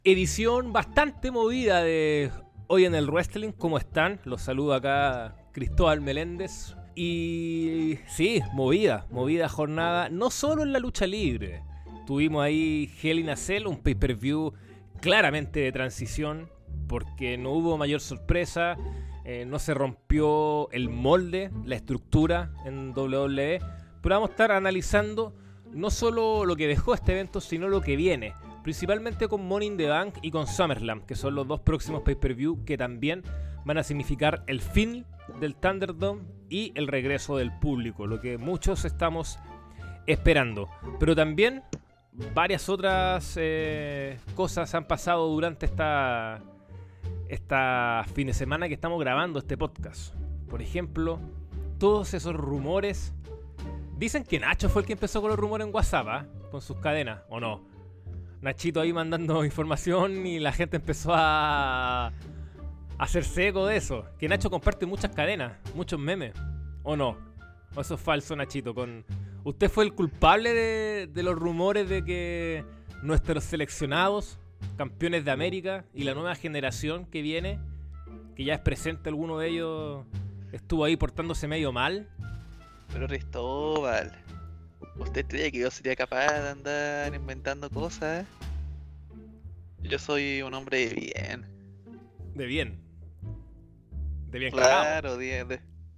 Edición bastante movida de Hoy en el Wrestling. ¿Cómo están? Los saludo acá Cristóbal Meléndez. Y sí, movida jornada, no solo en la lucha libre. Tuvimos ahí Hell in a Cell, un pay-per-view claramente de transición, porque no hubo mayor sorpresa, no se rompió el molde, la estructura en WWE. Pero vamos a estar analizando no solo lo que dejó este evento, sino lo que viene. Principalmente con Money in the Bank y con SummerSlam, que son los dos próximos pay-per-view que también van a significar el fin del Thunderdome y el regreso del público, lo que muchos estamos esperando. Pero también varias otras cosas han pasado durante esta fin de semana que estamos grabando este podcast. Por ejemplo, todos esos rumores. Dicen que Nacho fue el que empezó con los rumores en WhatsApp, ¿eh? Con sus cadenas, ¿o no? Nachito ahí mandando información y la gente empezó a hacerse eco de eso. Que Nacho comparte muchas cadenas, muchos memes, ¿o no? ¿O eso es falso, Nachito? ¿Usted fue el culpable de los rumores de que nuestros seleccionados, campeones de América y la nueva generación que viene, que ya es presente alguno de ellos, estuvo ahí portándose medio mal? Pero Cristóbal, ¿usted cree que yo sería capaz de andar inventando cosas? Yo soy un hombre de bien. De bien. De bien claro, de...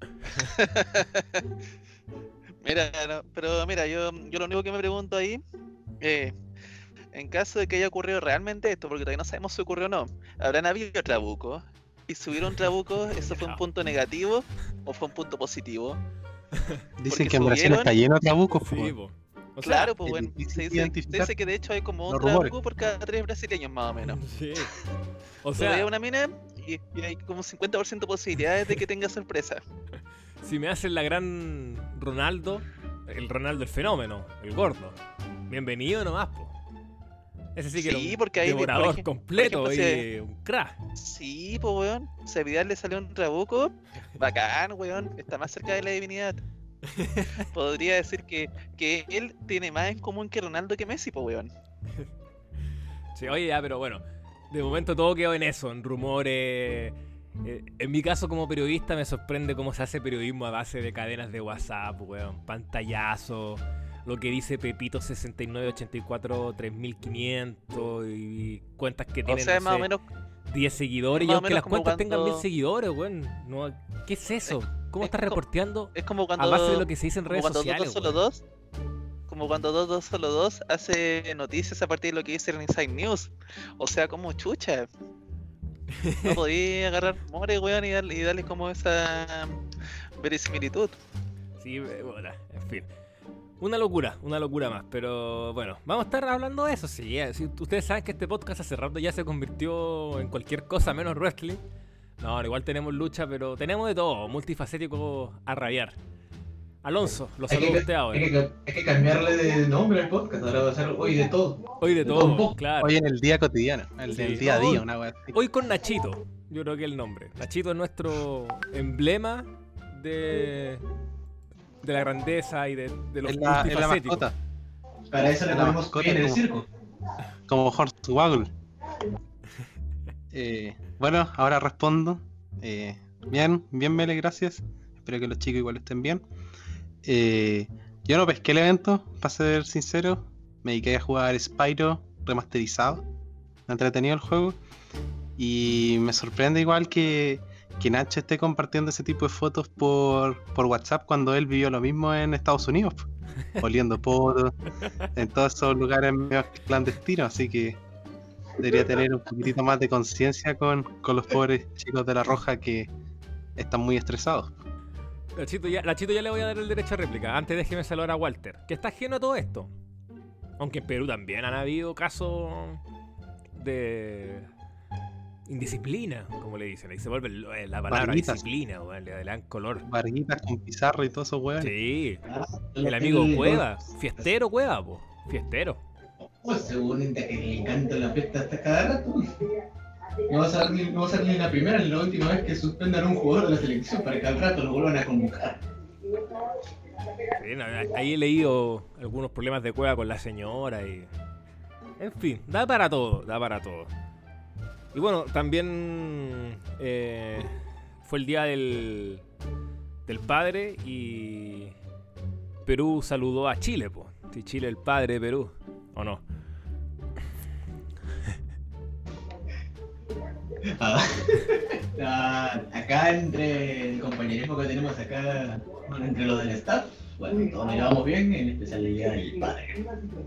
Mira, no, pero mira, yo lo único que me pregunto ahí, en caso de que haya ocurrido realmente esto, porque todavía no sabemos si ocurrió o no, ¿habrán habido trabucos? Y subieron trabucos, ¿eso fue un punto negativo o fue un punto positivo? Dicen que en Brasil está lleno de trabucos, sí, po. O sea, claro, pues bueno, se dice que de hecho hay como un trabuco por cada 3 brasileños más o menos. Sí. O sea, hay una mina y hay como 50% posibilidades de que tenga sorpresa. Si me hacen la gran Ronaldo, el Ronaldo el fenómeno, el gordo, bienvenido nomás, po. Ese sí que sí, era un porque hay devorador completo y un crack. Sí, pues weón, si a Vidal le salió un trabuco, bacán, weón, está más cerca de la divinidad. Podría decir que él tiene más en común que Ronaldo que Messi, pues weón. Sí, oye, ya, pero bueno, de momento todo quedó en eso, en rumores. En mi caso como periodista me sorprende cómo se hace periodismo a base de cadenas de WhatsApp, weón, pantallazo, lo que dice Pepito 6984 3500 y cuentas que tienen, o sea, no más sé, o menos 10 seguidores, y aunque las cuentas tengan 1000 seguidores, weón, no, ¿qué es eso? ¿Cómo estás reporteando a base de lo que se dice en redes sociales? Como cuando 22 solo 2 hace noticias a partir de lo que dice en Inside News. O sea, como chucha. No podía agarrar rumores, weón, y darle como esa verisimilitud. Sí, bueno, en fin. Una locura más, pero bueno, vamos a estar hablando de eso, sí. Si ustedes saben que este podcast hace rato ya se convirtió en cualquier cosa menos wrestling. No, igual tenemos lucha, pero tenemos de todo, multifacético a rabiar. Alonso, lo saludo a usted ahora. Hay que cambiarle de nombre al podcast, ahora va a ser Hoy de Todo. Hoy de todo, claro. Hoy en el día cotidiano, del día a día, una wea así. Hoy con Nachito, yo creo que es el nombre. Nachito es nuestro emblema de la grandeza y de los multifacéticos. La para eso le ponemos Hoy en el circo. Como Hornswoggle. Bueno, ahora respondo. Bien, Mele, gracias. Espero que los chicos igual estén bien. Yo no pesqué el evento, para ser sincero. Me dediqué a jugar Spyro remasterizado. Me entretenido el juego. Y me sorprende igual que Nacho esté compartiendo ese tipo de fotos por WhatsApp cuando él vivió lo mismo en Estados Unidos. Oliendo poros, en todos esos lugares medio clandestinos. Así que debería tener un poquitito más de conciencia con los pobres chicos de La Roja que están muy estresados. Nachito ya le voy a dar el derecho a réplica. Antes déjeme saludar a Walter, que está ajeno a todo esto. Aunque en Perú también han habido casos de indisciplina, como le dicen. Ahí se vuelve la palabra Varguitas. Disciplina, weón, le dan color. Varguitas con pizarra y todo eso, weón. Sí, el amigo Cueva, fiestero Cueva, po. Fiestero. Pues según que le encanta la fiesta hasta cada rato. No va a ser ni la primera ni la última vez que suspendan a un jugador de la selección para que al rato lo vuelvan a convocar. Sí, no, ahí he leído algunos problemas de Cueva con la señora y En fin, da para todo. Y bueno, también fue el día del padre y Perú saludó a Chile, po. Si Chile el padre de Perú, ¿o no? Acá entre el compañerismo que tenemos acá, bueno, entre los del staff, bueno, todos nos llevamos bien, en especial el día del padre.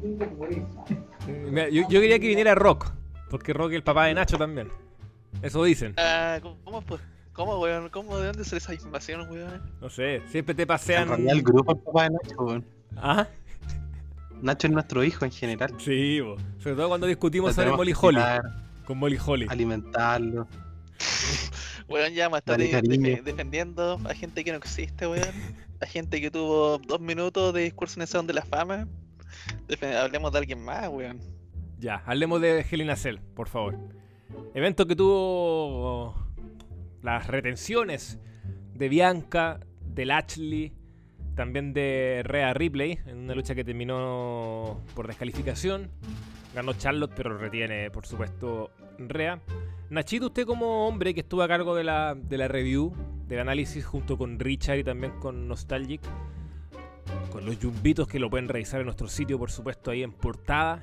Mira, yo quería que viniera Rock, porque Rock es el papá de Nacho también. Eso dicen. ¿Cómo pues? ¿Cómo, weón? ¿Cómo, de dónde sale esa información, weón? No sé, siempre te En pasean. realidad el grupo es papá de Nacho, weón. ¿Ah? Nacho es nuestro hijo en general. Sí, bo. Sobre todo cuando discutimos Lo sobre tenemos Molly que Holly. cuidar, Con Molly Holly. alimentarlo. Weón, ya me está Dale, cariño. defendiendo a gente que no existe, weón. A gente que tuvo 2 minutos de discurso en el Salón de la Fama. Hablemos de alguien más, weón. Ya, hablemos de Hell in a Cell, por favor. Evento que tuvo las retenciones de Bianca, de Lashley, también de Rhea Ripley, en una lucha que terminó por descalificación. Ganó Charlotte, pero retiene, por supuesto, Rhea. Nachito, usted como hombre que estuvo a cargo de la review, del análisis, junto con Richard y también con Nostalgic, con los yumbitos que lo pueden revisar en nuestro sitio, por supuesto, ahí en portada.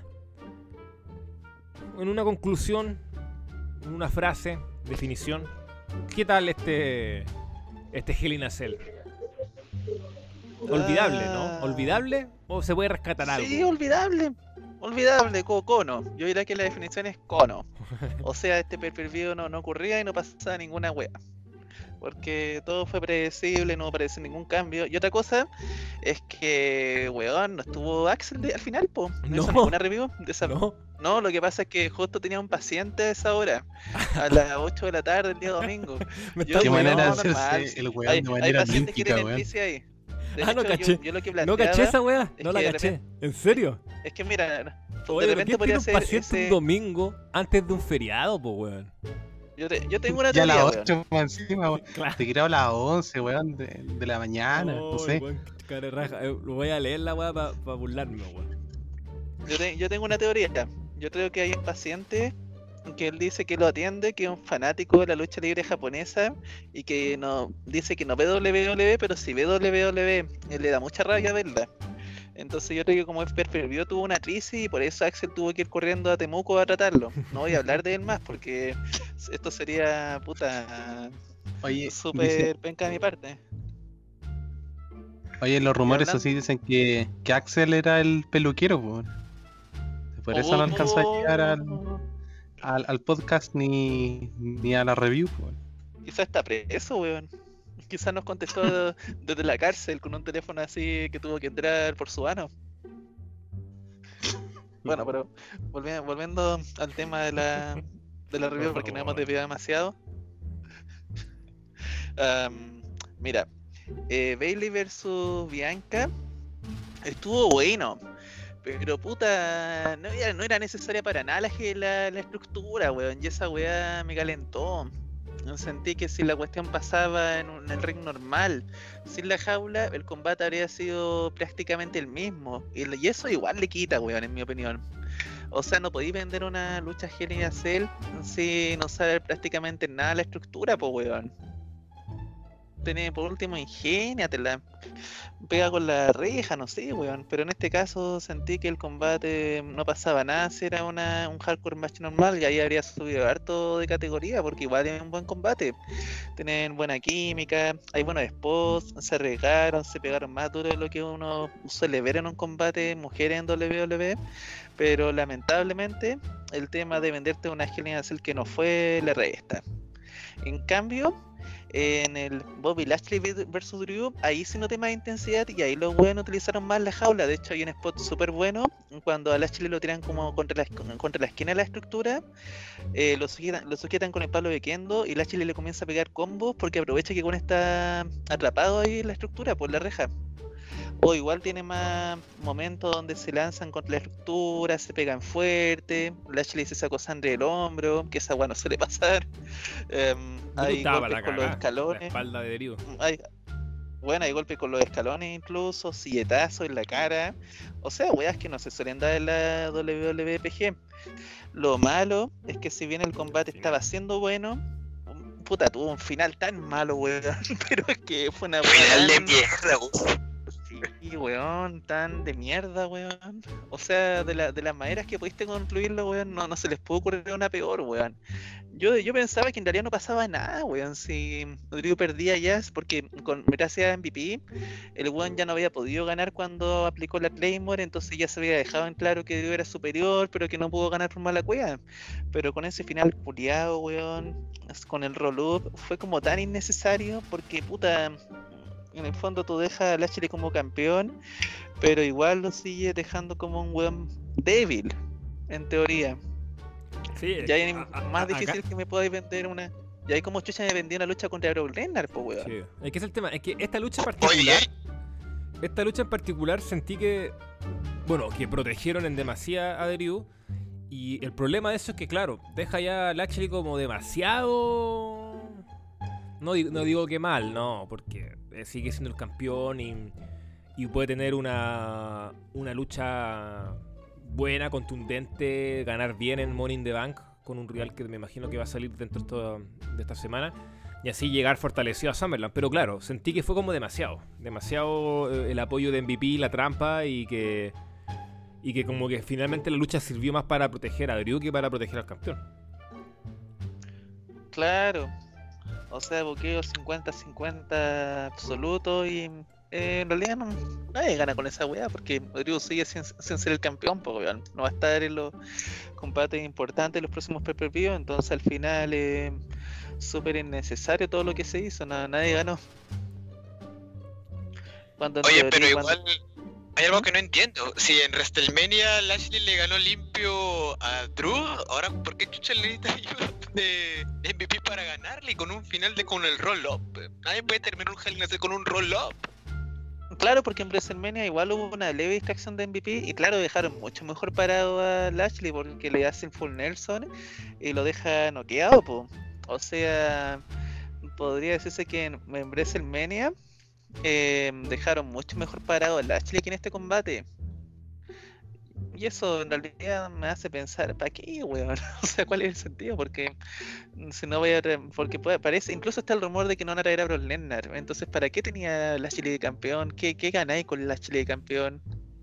En una conclusión, en una frase, definición, ¿qué tal este Hell in a Cell? Olvidable, ¿no? ¿Olvidable o se puede rescatar algo? Sí, olvidable. Olvidable, cono. Yo diría que la definición es cono. O sea, este pay-per-view no ocurría y no pasaba ninguna wea. Porque todo fue predecible, no apareció ningún cambio. Y otra cosa es que, weón, no estuvo Axel al final, po. No hizo ninguna review de esa. No, lo que pasa es que justo tenía un paciente a esa hora, a las 8 de la tarde el día domingo. Qué manera de hacerse el weón de manera hay pacientes que olímpica, tienen weón. bici ahí. De No hecho, caché. yo lo que No planteaba caché esa weá, es no la que de caché. repente- ¿En serio? Es que mira, Oye, de ¿por qué repente podría tiene un ser paciente un ese... domingo antes de un feriado, po, weón? Yo tengo una Ya a teoría, las weón. 8 más encima, weón. Claro. Te quiero a las 11, weón, de la mañana, no sé. Weón, cara de raja. Lo voy a leer la weá para burlarme, weón. Yo tengo una teoría. Yo creo que hay un paciente que él dice que lo atiende, que es un fanático de la lucha libre japonesa y que no dice que no ve WWE, pero si ve WWE, él le da mucha rabia verla. Entonces yo creo que como es pay-per-view tuvo una crisis y por eso Axel tuvo que ir corriendo a Temuco a tratarlo. No voy a hablar de él más porque esto sería Oye, súper penca de mi parte. oye, los rumores hablando- así dicen que Axel era el peluquero, weón. Por eso no alcanzó a llegar al podcast ni a la review, weón. Quizás está preso, weón. Quizás nos contestó desde la cárcel con un teléfono así que tuvo que entrar por su ano. Bueno, pero volviendo al tema de la review, Por porque nos hemos favor. desviado demasiado. Mira, Bailey versus Bianca estuvo bueno, pero puta, no era necesaria para nada la estructura, weón, y esa weá me calentó. Sentí que si la cuestión pasaba en el ring normal, sin la jaula, el combate habría sido prácticamente el mismo. Y eso igual le quita, weón, en mi opinión. O sea, no podéis vender una lucha Hell in a Cell sin no saber prácticamente nada la estructura, pues, weón. Tenés, por último, ingéniatela. Pega con la reja, no sé, weón. Pero en este caso sentí que el combate no pasaba nada si era un hardcore match normal y ahí habría subido harto de categoría porque igual es un buen combate. Tienen buena química, hay buenos spots, se arriesgaron, se pegaron más duro de lo que uno suele ver en un combate mujeres en WWE. Pero lamentablemente el tema de venderte una Hell in a Cell que no fue le resta. En cambio, en el Bobby Lashley vs Drew, ahí sí noté más intensidad y ahí los buenos utilizaron más la jaula. De hecho, hay un spot súper bueno cuando a Lashley lo tiran como contra la esquina de la estructura, lo sujetan con el palo de kendo y Lashley le comienza a pegar combos porque aprovecha que Gon está atrapado ahí en la estructura por la reja. O igual tiene más momentos donde se lanzan contra la estructura, se pegan fuerte, Lashley se sacó sangre del hombro, que esa no suele pasar. Hay Estaba golpes la con los cagá, la escalones. espalda de Drew. Bueno, hay golpes con los escalones incluso, silletazos en la cara. O sea, weas que no se suelen dar en la WWPG. Lo malo es que si bien el combate estaba siendo bueno, puta, tuvo un final tan malo, weón. Pero es que fue una Final de tan... mierda, weón. Sí, weón, tan de mierda, weón. O sea, de las maneras que pudiste concluirlo, weón, no se les pudo ocurrir una peor, weón. Yo pensaba que en realidad no pasaba nada, weón. Si Drew perdía ya, es porque gracias a MVP, el weón ya no había podido ganar cuando aplicó la Claymore, entonces ya se había dejado en claro que Drew era superior, pero que no pudo ganar por mala cueva. Pero con ese final culiado, weón, con el roll-up, fue como tan innecesario, porque puta, en el fondo tú dejas a Lashley como campeón, pero igual lo sigues dejando como un weón débil, en teoría. Sí, Ya es más acá- difícil que me podáis vender una. Ya hay como chucha me vendió una lucha contra Brock Lesnar, pues weón. sí. Es que es el tema, es que esta lucha en Oye, particular, sentí que, bueno, que protegieron en demasía a Drew. Y el problema de eso es que, claro, deja ya a Lashley como demasiado... No digo que mal, no, porque sigue siendo el campeón y puede tener una lucha buena, contundente, ganar bien en Money in the Bank con un rival que me imagino que va a salir dentro de esta semana y así llegar fortalecido a SummerLand. Pero claro, sentí que fue como demasiado el apoyo de MVP, la trampa y que como que finalmente la lucha sirvió más para proteger a Drew que para proteger al campeón. Claro. O sea, buqueo 50-50 absoluto y en realidad nadie gana con esa weá porque Drew sigue sin ser el campeón, pues weón. No va a estar en los combates importantes en los próximos pay-per-view, entonces al final es súper innecesario todo lo que se hizo, nadie ganó. Cuando en oye, teoría, pero cuando- igual hay algo que no entiendo. Si en WrestleMania Lashley le ganó limpio a Drew, ahora ¿por qué chucha le necesita ayuda de MVP para ganarle con un final con el roll-up? Nadie puede terminar un Hell in a Cell con un roll-up. Claro, porque en WrestleMania igual hubo una leve distracción de MVP y claro, dejaron mucho mejor parado a Lashley porque le hacen full Nelson y lo deja noqueado, po. O sea, podría decirse que en WrestleMania dejaron mucho mejor parado a Lashley que en este combate. Y eso en realidad me hace pensar, ¿para qué, weón? O sea, ¿cuál es el sentido? Porque si no voy a porque parece, incluso está el rumor de que no van a traer a Brock Lesnar. Entonces, ¿para qué tenía Lashley de campeón? ¿Qué ganáis con Lashley de campeón?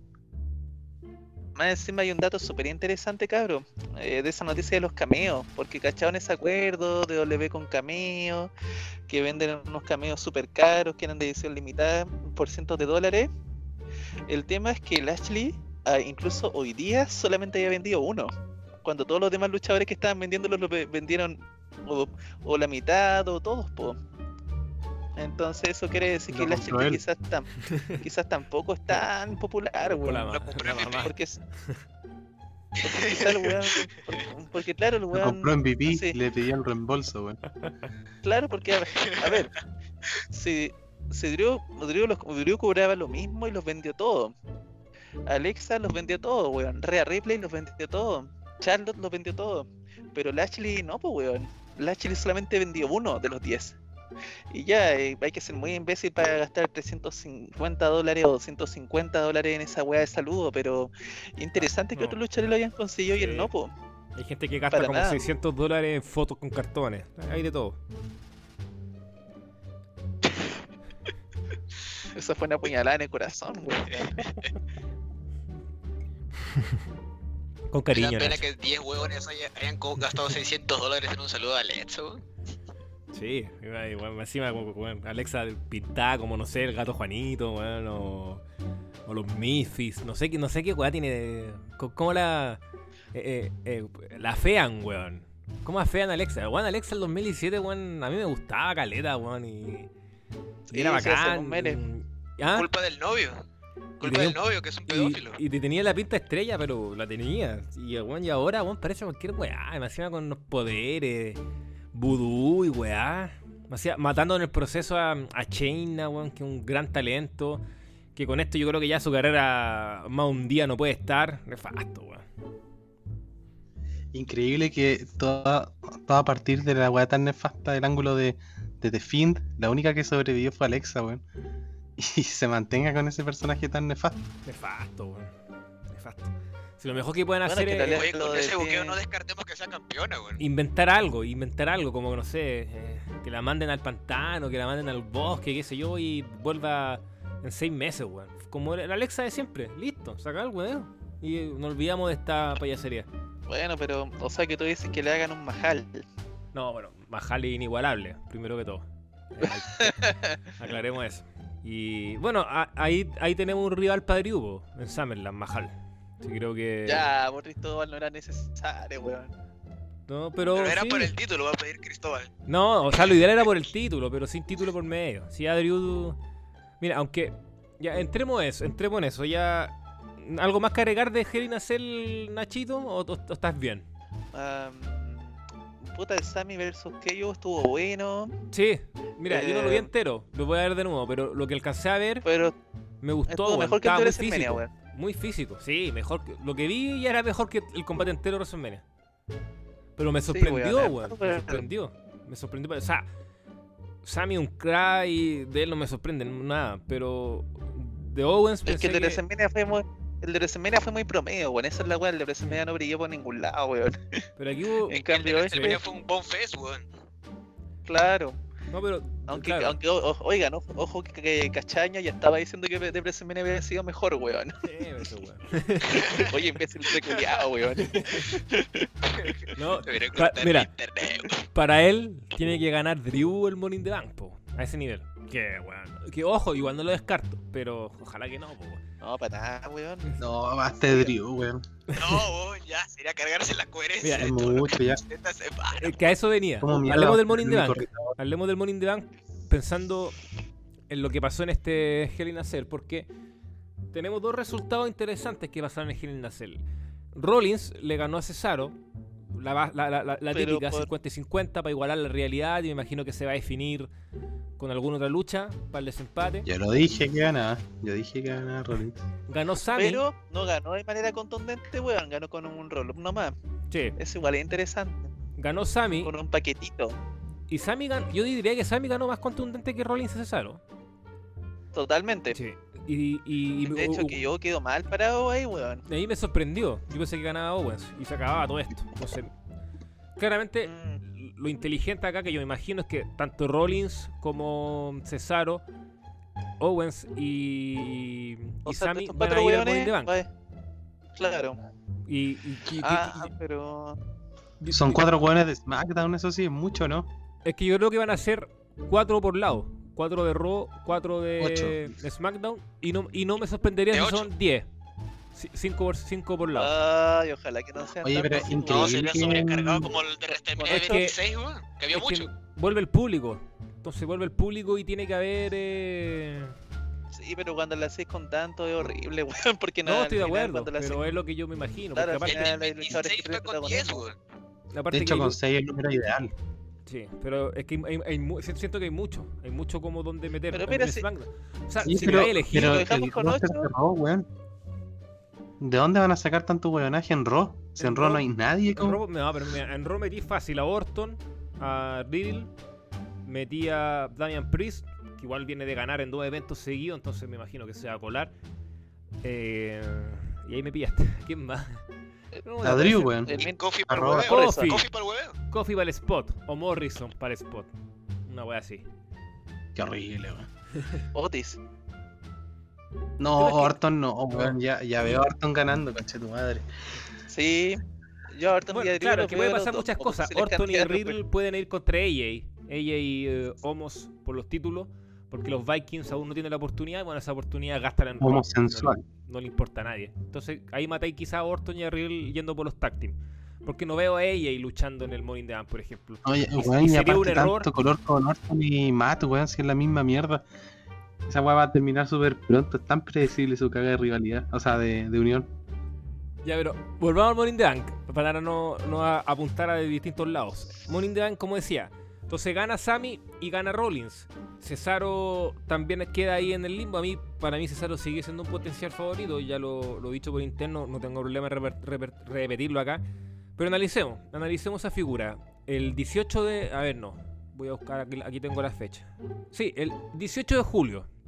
Más encima hay un dato súper interesante, cabro, de esa noticia de los cameos, porque cacharon ese acuerdo de W con cameos, que venden unos cameos súper caros, que eran de edición limitada por cientos de dólares. El tema es que Lashley, incluso hoy día, solamente había vendido uno, cuando todos los demás luchadores que estaban vendiéndolo lo vendieron o la mitad o todos, po. Entonces eso quiere decir que Lo compró Lashley él. quizás tampoco es tan popular, Por la weón. Lo compró mamá. MVP. Porque quizás el weón, porque claro, el Lo weón, compró MVP, no sé, le pedían reembolso, weón. claro, porque a ver, si Drew cobraba lo mismo y los vendió todos. Alexa los vendió todos, weón. Rhea Ripley los vendió todos. Charlotte los vendió todos. Pero Lashley no, pues, weón. Lashley solamente vendió uno de los 10. Y ya, hay que ser muy imbécil para gastar $350 o $250 en esa weá de saludo, pero interesante que No. otros luchadores lo hayan conseguido y Sí. él no, po. Hay gente que gasta Para como nada. $600 en fotos con cartones. Hay de todo. Eso fue una puñalada en el corazón, weón. Con Me cariño, da pena Nacho. que 10 huevones hayan gastado $600 en un saludo a Alexa, weón. Sí, igual, encima weón, Alexa pintada como, no sé, el gato Juanito, weón, o los Misfits, no sé qué weá tiene, cómo la afean, weón. ¿Cómo afean a Alexa? Weón, Alexa el 2017, weón, a mí me gustaba caleta, weón, y Sí, era sí, hace bacán. un meme. ¿Ah? Culpa del novio. Culpa tenía del novio, que es un pedófilo. Y tenía la pinta estrella, pero la tenía. Y, weón, y ahora, weón, parece cualquier weá. Encima con los poderes, vudú y weá. Matando en el proceso a Shayna, weón, que es un gran talento. Que con esto yo creo que ya su carrera más un día no puede estar. Nefasto, weón. Increíble que todo a partir de la weá tan nefasta del ángulo de The Fiend, la única que sobrevivió fue Alexa, weón. y se mantenga con ese personaje tan nefasto. Nefasto, weón. Nefasto. Si lo mejor que pueden Bueno, hacer que es tal vez- Oye, lo con de ese buqueo que- no descartemos que sea campeona, weón. inventar algo, como no sé, que la manden al pantano, que la manden al bosque, qué sé yo, y vuelva en 6 meses, weón. Como la Alexa de siempre, listo, saca el weón. Y nos olvidamos de esta payasería. Bueno, pero, o sea que tú dices que le hagan un Mahal. No, bueno, Mahal es inigualable, primero que todo. Aclaremos eso. Y bueno, ahí tenemos un rival para Drew, po, en Summerland, Mahal. Sí, creo que. Ya, por Cristóbal no era necesario, weón. No, pero. Pero era sí. por el título, va a pedir Cristóbal. No, o sea, lo ideal era por el título, pero sin título por medio. Si a Drew. Mira, aunque. Ya, entremos en eso. Ya. ¿Algo más que agregar de Hell in a Cell, Nachito? ¿O estás bien? Puta, el Sammy versus Keio estuvo bueno, Sí, mira, yo no lo vi Eh, entero. Lo voy a ver de nuevo, pero lo que alcancé a ver pero me gustó. estuvo weón, mejor que el estaba de muy WrestleMania, físico. weón. Muy físico, sí, mejor que. Lo que vi ya era mejor que el combate entero de WrestleMania. Pero me Sí, sorprendió, weón, weón. Me weón. sorprendió. Me sorprendió. O sea, Sammy un cry, de él no me sorprende nada. Pero de Owens Es que pensé el de que. WrestleMania fue muy... El de WrestleMania fue muy promedio, weón. Esa es la weá, el de WrestleMania no brilló por ningún lado, weón. Pero aquí hubo. En El cambio, de este, WrestleMania fue un bon fest, weón. claro. No, pero. Aunque, claro. oigan, ojo que Cachaña ya estaba diciendo que de WrestleMania había sido mejor, weón. Sí, eso, weón. Oye, imbécil reculeado, weón. No, Te hubiera Pa- contado en mira. internet, weón. para él tiene que ganar Drew el Money in the Bank, po, a ese nivel. Que, weón. Que ojo, igual no lo descarto, pero ojalá que no, po, weón. No, para nada, weón. No, basta de Drew, weón. No, weón, ya, sería cargarse la coherencia. Mira, Es de todo lo mucho que ya. esta semana. Que a eso venía. Como mierda, Hablemos del Money in the el Bank. único Hablemos del Money in the Bank pensando en lo que pasó en este Hell in a Cell, porque tenemos dos resultados interesantes que pasaron en Hell in a Cell. Rollins le ganó a Cesaro, la Pero típica por- 50 y 50 para igualar la realidad, y me imagino que se va a definir con alguna otra lucha para el desempate. Yo lo dije que ganaba. Yo dije que ganaba Rollins. Ganó Sammy. Pero no ganó de manera contundente, weón. Ganó con un roll-up nomás. Sí, Es igual, es interesante. ganó Sammy. Con un paquetito. Y Sammy ganó, yo diría que Sammy ganó más contundente que Rollins y Cesaro. Totalmente. Sí. Y De hecho, que yo quedo mal parado ahí, weón. ahí me sorprendió. Yo pensé que ganaba Owens y se acababa todo esto. Entonces, claramente, lo inteligente acá que yo me imagino es que tanto Rollins como Cesaro, Owens y O sea, Sammy estos van a cuatro ir al Money in weones. the Bank. Claro. Y- Pero. Son 4 hueones de SmackDown, eso sí, es mucho, ¿no? es que yo creo que van a ser 4 por lado. 4 de Raw, 4 de SmackDown. Y no me sorprendería De si ocho. son 10. 5 por lado. Ay, ojalá que no sean Oye, pero tantos, increíble. No, sería que- sobrecargado como el de WrestleMania Es que- 26, weón. Que había Es que mucho. vuelve el público. Entonces vuelve el público y tiene que haber. Sí, pero cuando la haces con tanto es horrible, weón. Porque No, nada, estoy de al final, acuerdo, cuando la pero haces- es lo que yo me imagino. Claro, Porque al aparte, final- El hay luchadores 26 que fue con 10, protagonismo. weón. aparte De hecho, que con 6 es el número ideal. sí, pero es que siento que hay mucho como donde meter. Pero en mira, el si- SmackDown. O sea, Sí, si me vais a elegir, lo el dejamos con roster 8. de Raw, weón. ¿De dónde van a sacar tanto hueonaje en Raw? Si en En Raw Raw- no hay nadie, en como. Raw, no, pero mira, en Raw metí fácil a Orton, a Riddle, metí a Damian Priest, que igual viene de ganar en 2 eventos seguidos, entonces me imagino que se va a colar. Y ahí me pillaste. ¿Quién más? No, A Drew, weón. Y Coffee para el Arroba hueveo. Coffee. Coffee para el hueveo. Coffee para el spot, o Morrison para el spot. Una wea así. Qué horrible, weón. Otis. No, Pero es que- Orton no, weón. Ya veo a Orton ganando, conche tu madre. Sí. Yo ahorita Bueno, claro, que puede pasar muchas cosas. Orton y Riddle pueden ir contra AJ y Omos por los títulos, porque los Vikings aún no tienen la oportunidad, y bueno, esa oportunidad gastan en Raw. Homosensual. No le importa a nadie. Entonces ahí matáis quizá a Orton y a Riddle yendo por los tag team. Porque no veo a AJ luchando en el Money in the Bank, por ejemplo. Oye, Y- weón, y y sería un aparte error. tanto color con Orton y Matt, weón, si es la misma mierda. Esa weá va a terminar súper pronto, es tan predecible su caga de rivalidad, o sea, de unión. Ya, pero volvamos al Money in the Bank, para no apuntar a distintos lados. Money in the Bank, como decía, entonces gana Sammy y gana Rollins. Cesaro también queda ahí en el limbo. Para mí Cesaro sigue siendo un potencial favorito, ya lo he dicho por interno, no tengo problema en repetirlo acá. Pero analicemos esa figura. El 18 de... A ver, no. Voy a buscar, aquí tengo la fecha. Sí, el 18 de julio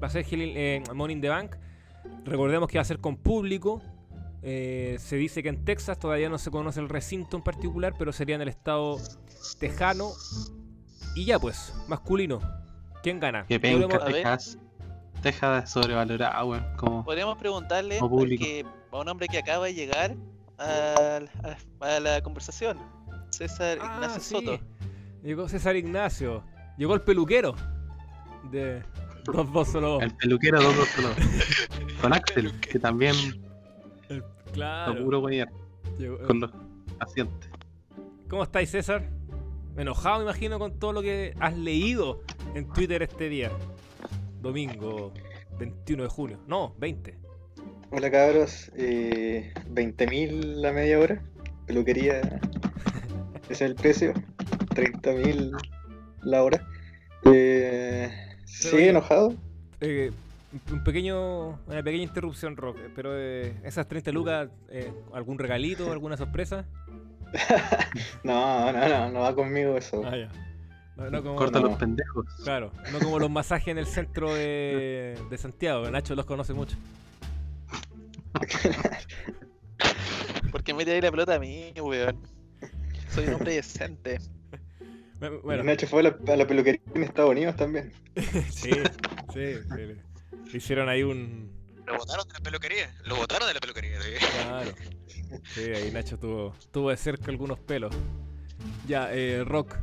va a ser Money in the Bank. Recordemos que va a ser con público. Se dice que en Texas, todavía no se conoce el recinto en particular, pero sería en el estado tejano. Y ya pues, masculino. ¿Quién gana? Que Podemos- penca, a ver. Texas sobrevalorado, weón. Como Podríamos preguntarle Como público. a un hombre que acaba de llegar a la conversación, César Ignacio sí. Soto. Llegó César Ignacio. Llegó el peluquero de 2-2 solo. el peluquero 2 solo. Con Axel, que también lo Claro. puro weón, Llegó- con los pacientes. ¿Cómo estáis, César? Enojado, me imagino, con todo lo que has leído en Twitter este día. Domingo 21 de junio. No, 20. Hola cabros, 20.000 la media hora, peluquería, ese es el precio, 30.000 la hora. Sí, oye, enojado. Una pequeña interrupción, Rock. Pero esas 30 lucas, ¿algún regalito, alguna sorpresa? No va conmigo eso. Ah, ya. No como, Corta no. los pendejos. Claro, no como los masajes en el centro de Santiago. Nacho los conoce mucho. ¿Por qué me tiráis la pelota a mí, weón? Soy un hombre decente. Bueno, Nacho fue a la peluquería en Estados Unidos también. sí. Le hicieron ahí un... Lo botaron de la peluquería. Lo botaron de la peluquería. Sí. Claro. Sí, ahí Nacho tuvo de cerca algunos pelos. Ya, Rock.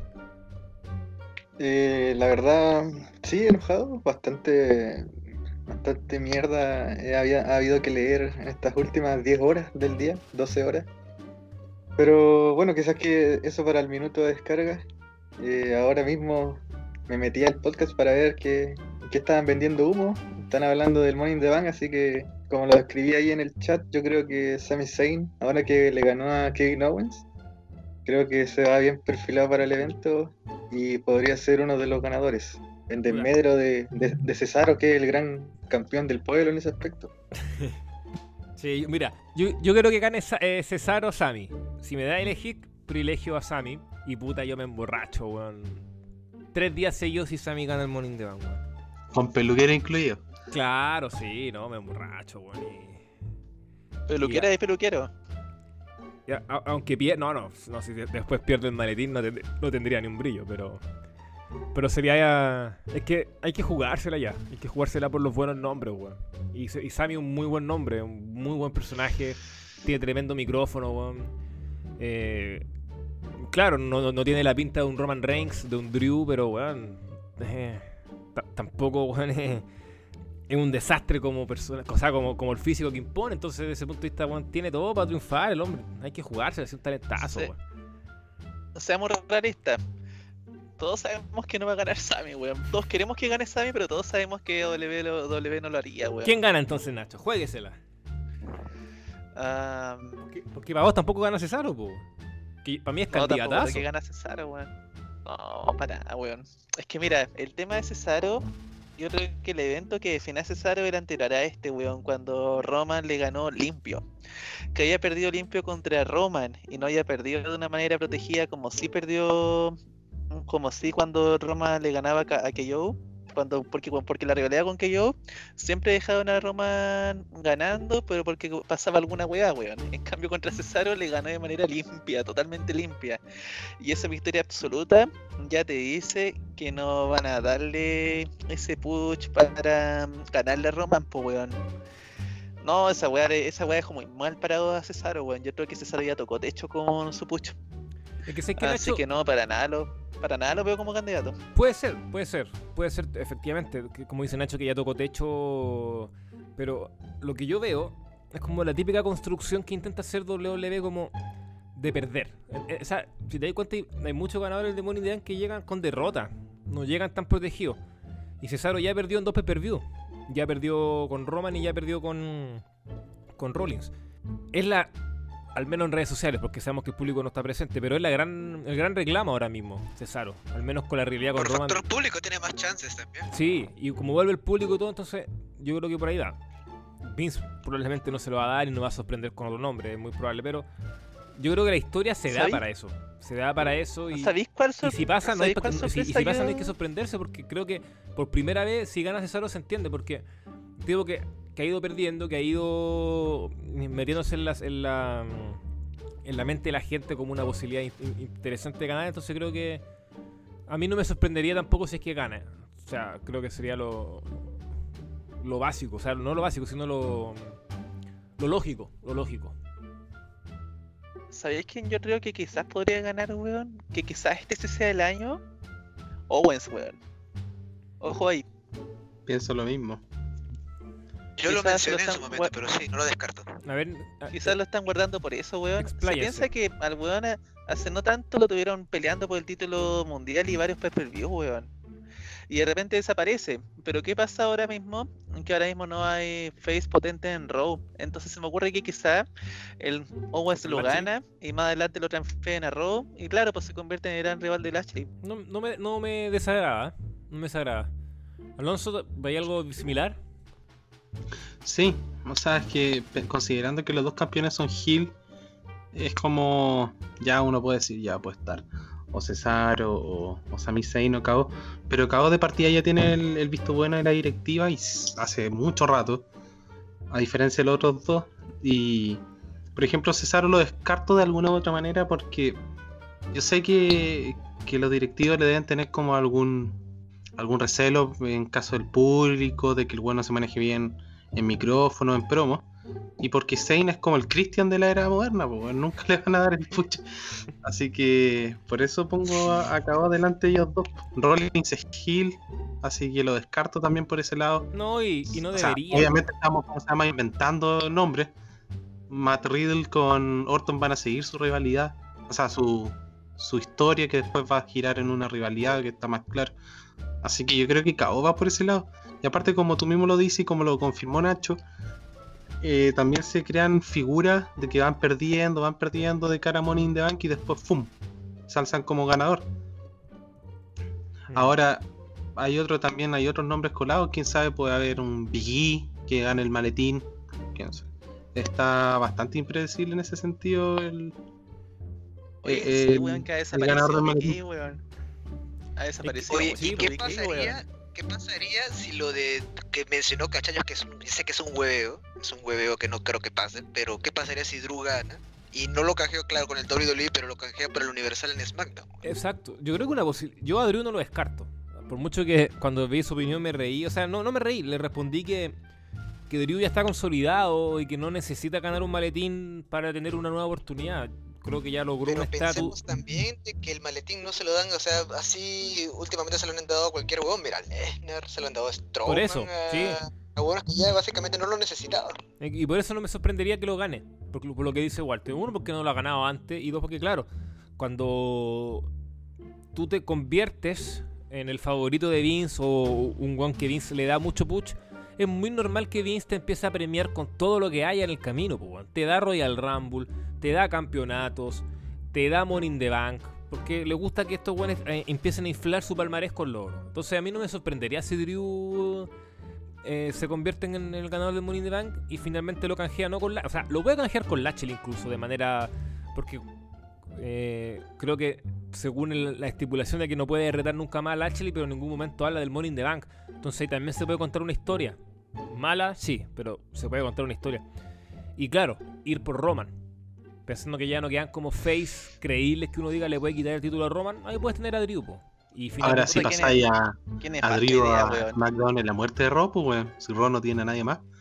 La verdad, sí, enojado, bastante mierda ha habido que leer en estas últimas 10 horas del día, 12 horas. Pero bueno, quizás que eso para el minuto de descarga. Ahora mismo me metí al podcast para ver que estaban vendiendo humo. Están hablando del Money in the Bank, así que como lo escribí ahí en el chat, yo creo que Sami Zayn, ahora que le ganó a Kevin Owens, creo que se va bien perfilado para el evento y podría ser uno de los ganadores. En desmedro de Cesaro, que es el gran campeón del pueblo en ese aspecto. Sí, mira, yo creo que gane Cesaro o Sami. Si me da a elegir, privilegio a Sami. Y puta, yo me emborracho, weón. 3 días seguidos y Sami gana el Morning the Bank, weón. Con peluquero incluido. Claro, sí, no, me emborracho, weón. Peluquera de peluquero. Aunque no, si después pierde el maletín no tendría ni un brillo, pero sería es que hay que jugársela ya, hay que jugársela por los buenos nombres, weón. Y Sami un muy buen nombre, un muy buen personaje, tiene tremendo micrófono, weón. Claro, no tiene la pinta de un Roman Reigns, de un Drew, pero weón, tampoco, weón, es un desastre como persona, o sea, como el físico que impone. Entonces, desde ese punto de vista, weón, tiene todo para triunfar el hombre. Hay que jugarse, es un talentazo, Sí. weón. Seamos realistas. Todos sabemos que no va a ganar Sami, weón. Todos queremos que gane Sami, pero todos sabemos que W no lo haría, weón. ¿Quién gana entonces, Nacho? Juéguesela. Porque para vos tampoco gana Cesaro, po. Que para mí es No, tampoco candidatazo. creo que gana Cesaro, weón. No, para nada, weón. Es que mira, el tema de Cesaro, yo creo que el evento que define a Cesaro era anterior a este, weón, cuando Roman le ganó limpio. Que había perdido limpio contra Roman y no había perdido de una manera protegida como si perdió, como si cuando Roman le ganaba a KO. Porque la rivalidad con KO siempre dejaban a Roman ganando, pero porque pasaba alguna weá, weón. En cambio contra Cesaro le ganó de manera limpia, totalmente limpia. Y esa victoria absoluta ya te dice que no van a darle ese push para ganarle a Roman, pues weón. No, esa weá dejó muy mal parado a Cesaro, weón. Yo creo que Cesaro ya tocó techo con su push. Es que sé que Así Nacho, que no, para nada lo veo como candidato. puede ser efectivamente, que como dice Nacho, que ya tocó techo, pero lo que yo veo es como la típica construcción que intenta hacer WWE como de perder. O sea, si te das cuenta, hay muchos ganadores de Money in the Bank que llegan con derrota, no llegan tan protegidos. Y Cesaro ya perdió en 2 pay-per-view. Ya perdió con Roman y ya perdió con Rollins. Es al menos en redes sociales, porque sabemos que el público no está presente, pero es el gran reclamo ahora mismo, Cesaro. Al menos con la realidad con Por Roman. factor público tiene más chances también. Sí, y como vuelve el público y todo, entonces yo creo que por ahí va. Vince probablemente no se lo va a dar y no va a sorprender con otro nombre, es muy probable, pero yo creo que la historia se da ¿Sabéis? para eso. Se da para eso y... ¿Sabéis cuál Y si pasa, no hay, cuál si sorpresa pasa no hay yo- que sorprenderse, porque creo que por primera vez, si gana Cesaro, se entiende, porque digo que ha ido perdiendo, que ha ido metiéndose en la mente de la gente como una posibilidad interesante de ganar, entonces creo que a mí no me sorprendería tampoco si es que gana. O sea, creo que sería lo básico, o sea, no lo básico, sino lo lógico, lo lógico. ¿Sabéis quién yo creo que quizás podría ganar, weón? Que quizás este sea el año. Owens, weón. Ojo ahí. Pienso lo mismo. Yo lo Quizás lo mencioné en su están momento, pero sí, no lo descarto. A ver, Quizás lo están guardando por eso, weón. Se Expláyese. piensa que al weón hace no tanto lo tuvieron peleando por el título mundial y varios pay-per-view, weón. Y de repente desaparece. Pero ¿qué pasa ahora mismo? Que ahora mismo no hay face potente en Raw. Entonces se me ocurre que quizá el Owens lo Lashley. gana y más adelante lo transfieren a Raw. Y claro, pues se convierte en el gran rival de Lashley. no me desagrada, no me desagrada. Alonso, ¿veis algo similar? Sí, o sea, es que considerando que los dos campeones son heel, es como ya uno puede decir, ya puede estar o Cesaro o Sami Zayn o Cabo, pero Cabo de partida ya tiene el visto bueno de la directiva y hace mucho rato, a diferencia de los otros dos. Y por ejemplo, Cesaro lo descarto de alguna u otra manera porque yo sé que los directivos le deben tener como algún recelo en caso del público, de que el bueno se maneje bien en micrófono, en promo, y porque Zayn es como el Christian de la era moderna, pues nunca le van a dar el push. Así que por eso pongo a Cabo delante de ellos dos. Rollins es heel, así que lo descarto también por ese lado. No, y no O sea, debería. obviamente estamos, ¿cómo se llama?, inventando nombres. Matt Riddle con Orton van a seguir su rivalidad, o sea, su historia, que después va a girar en una rivalidad que está más claro. Así que yo creo que Cabo va por ese lado. Y aparte, como tú mismo lo dices y como lo confirmó Nacho, también se crean figuras de que van perdiendo de cara a Money in the Bank y después ¡fum! Se alzan como ganador. Ahora hay otros nombres colados. Quién sabe, puede haber un Big E que gane el maletín. Quién sabe. Está bastante impredecible en ese sentido Oye, sí, weón, que ha el ganador del desaparecido maletín. Vicky, weón. Ha desaparecido Oye, mucho ¿y qué Vicky, pasaría? weón. ¿Qué pasaría si lo de que mencionó Cachaños, que dice que es un hueveo que no creo que pase, pero qué pasaría si Drew gana y no lo canjeó, claro, con el WWE, pero lo canjea por el Universal en SmackDown? Exacto. Yo creo que yo a Drew no lo descarto. Por mucho que cuando vi su opinión me reí. O sea, no me reí. Le respondí que Drew ya está consolidado y que no necesita ganar un maletín para tener una nueva oportunidad. Creo que ya logró Pero un estatus. pensemos también de que el maletín no se lo dan, o sea, así últimamente se lo han dado a cualquier huevón. Mira, Lesnar, se lo han dado a Strowman, Por eso, sí. a huevones que ya básicamente no lo necesitaban. Y por eso no me sorprendería que lo gane. Por lo que dice Walter. Uno, porque no lo ha ganado antes. Y dos, porque claro, cuando tú te conviertes en el favorito de Vince o un guan que Vince le da mucho push, es muy normal que Vince te empiece a premiar con todo lo que haya en el camino, po. Te da Royal Rumble, te da campeonatos, te da Money in the Bank, porque le gusta que estos guanes empiecen a inflar su palmarés con logros. Entonces a mí no me sorprendería si Drew se convierte en el ganador del Money in the Bank y finalmente lo canjea, no con o sea, lo puede canjear con Lashley incluso, de manera... porque creo que según la estipulación de que no puede retar nunca más a Lashley, pero en ningún momento habla del Money in the Bank. Entonces ahí también se puede contar una historia. Mala, sí, pero se puede contar una historia. Y claro, ir por Roman, pensando que ya no quedan como face creíbles que uno diga le puede quitar el título a Roman. Ahí puedes tener a Drew, po. Y Ahora finalmente sí ¿quién pasáis ¿Quién es a más Drew idea, a weón? SmackDown en la muerte de Raw, pues weón. Si Raw no tiene a nadie más.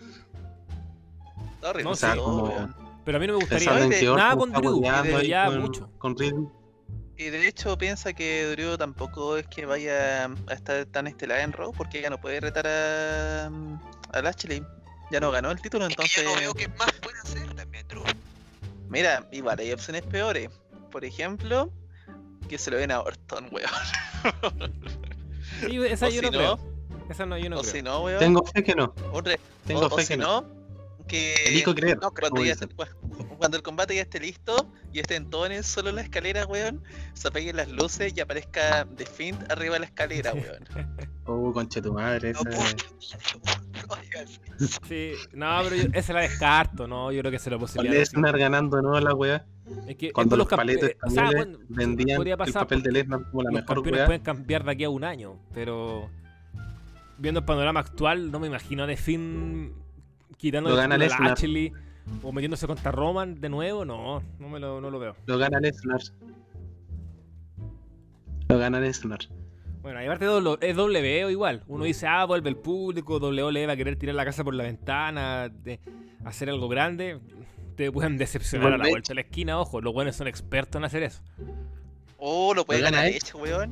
Está horrible, No, O sea, sí, como weón. pero a mí no me gustaría pensando en de- que nada Orton con está Drew, boleando ahí ya con, mucho. con Riddle. Y de hecho piensa que Drew tampoco es que vaya a estar tan estelar en Raw porque ya no puede retar a Lashley. Ya no ganó el título, Es que entonces... yo no veo qué más puede hacer también, Drew. Mira, igual hay opciones peores. Por ejemplo, que se lo den a Orton, weón. Sí, esa O yo si no no, creo. Esa no, yo no o creo. si no, weón. Tengo fe que no. Tengo o fe si que no. no, que Elijo creer. No creo. como cuando, dicen. cuando el combate ya esté listo y estén todos en solo en la escalera, weón, se apaguen las luces y aparezca The Fiend arriba de la escalera, weón. Conche tu madre. No esa- puedo. No digas eso. Sí, no, pero esa la descarto, no, yo creo que se lo Con posibilidad. Lesnar ganando, ¿no? La weá. Es que Cuando esto los paletes o sea, españoles bueno, vendían podría el pasar, papel de Lesnar como la los mejor campeones weá. pueden cambiar de aquí a un año, pero viendo el panorama actual, no me imagino a The Finn quitando Lo el gana título a Lesnar. Lashley o metiéndose contra Roman de nuevo. No lo veo. Lo gana Lesnar. Lo gana Lesnar. Bueno, y aparte es WWE igual. Uno dice, vuelve el público, WWE va a querer tirar la casa por la ventana, hacer algo grande. Te pueden decepcionar a la Igualmente. vuelta de la esquina, ojo. Los buenos son expertos en hacer eso. Oh, lo puede Lo gana ganar Edge. weón.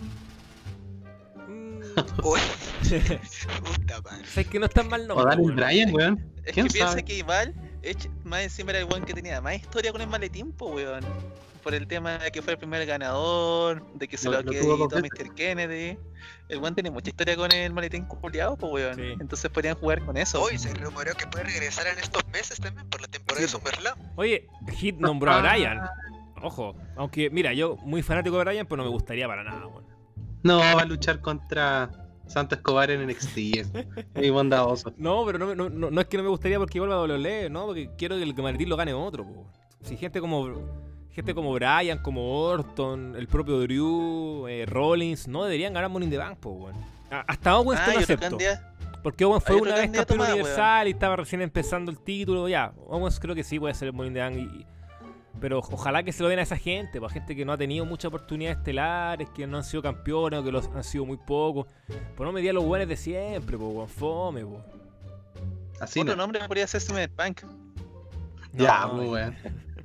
Uy, puta madre. ¿Sabes que no es tan mal O nombre? Daniel weón? Bryan, weón. Es ¿Quién que piensa sabe? que igual, Edge más encima era el weón que tenía más historia con el maletín, po, weón. Por el tema de que fue el primer ganador, de que se Lo lo tuvo dos quitó veces. Mr. Kennedy. El weón tiene mucha historia con el maletín culiado, po, weón. Sí. Entonces podrían jugar con eso. Hoy se rumoreó que puede regresar en estos meses también por la temporada Sí, de SummerSlam. Oye, Hit nombró a Bryan. Ojo, aunque mira, yo muy fanático de Bryan, pero no me gustaría para nada, weón. No, va a luchar contra Santo Escobar en NXT. Es muy bondadoso. No, pero no es que no me gustaría porque vuelva a WWE, no, porque quiero que el maletín lo gane otro, po. Si gente como Bryan, como Orton, el propio Drew, Rollins, no deberían ganar Money in the Bank, po, weón. Hasta Owens Ah, que y no otro acepto. candidato. Porque Owens fue hay otro una vez candidato campeón más, universal y estaba recién empezando el título, ya. Owens creo que sí puede ser el Money in the Bank, pero ojalá que se lo den a esa gente, pues, a gente que no ha tenido muchas oportunidades estelares, que no han sido campeones o que los han sido muy pocos. Pues no me digan los buenos de siempre, pues, weón, fome, pues. Así Otro no. nombre podría ser Summer Punk. Ya, No, pues, weón.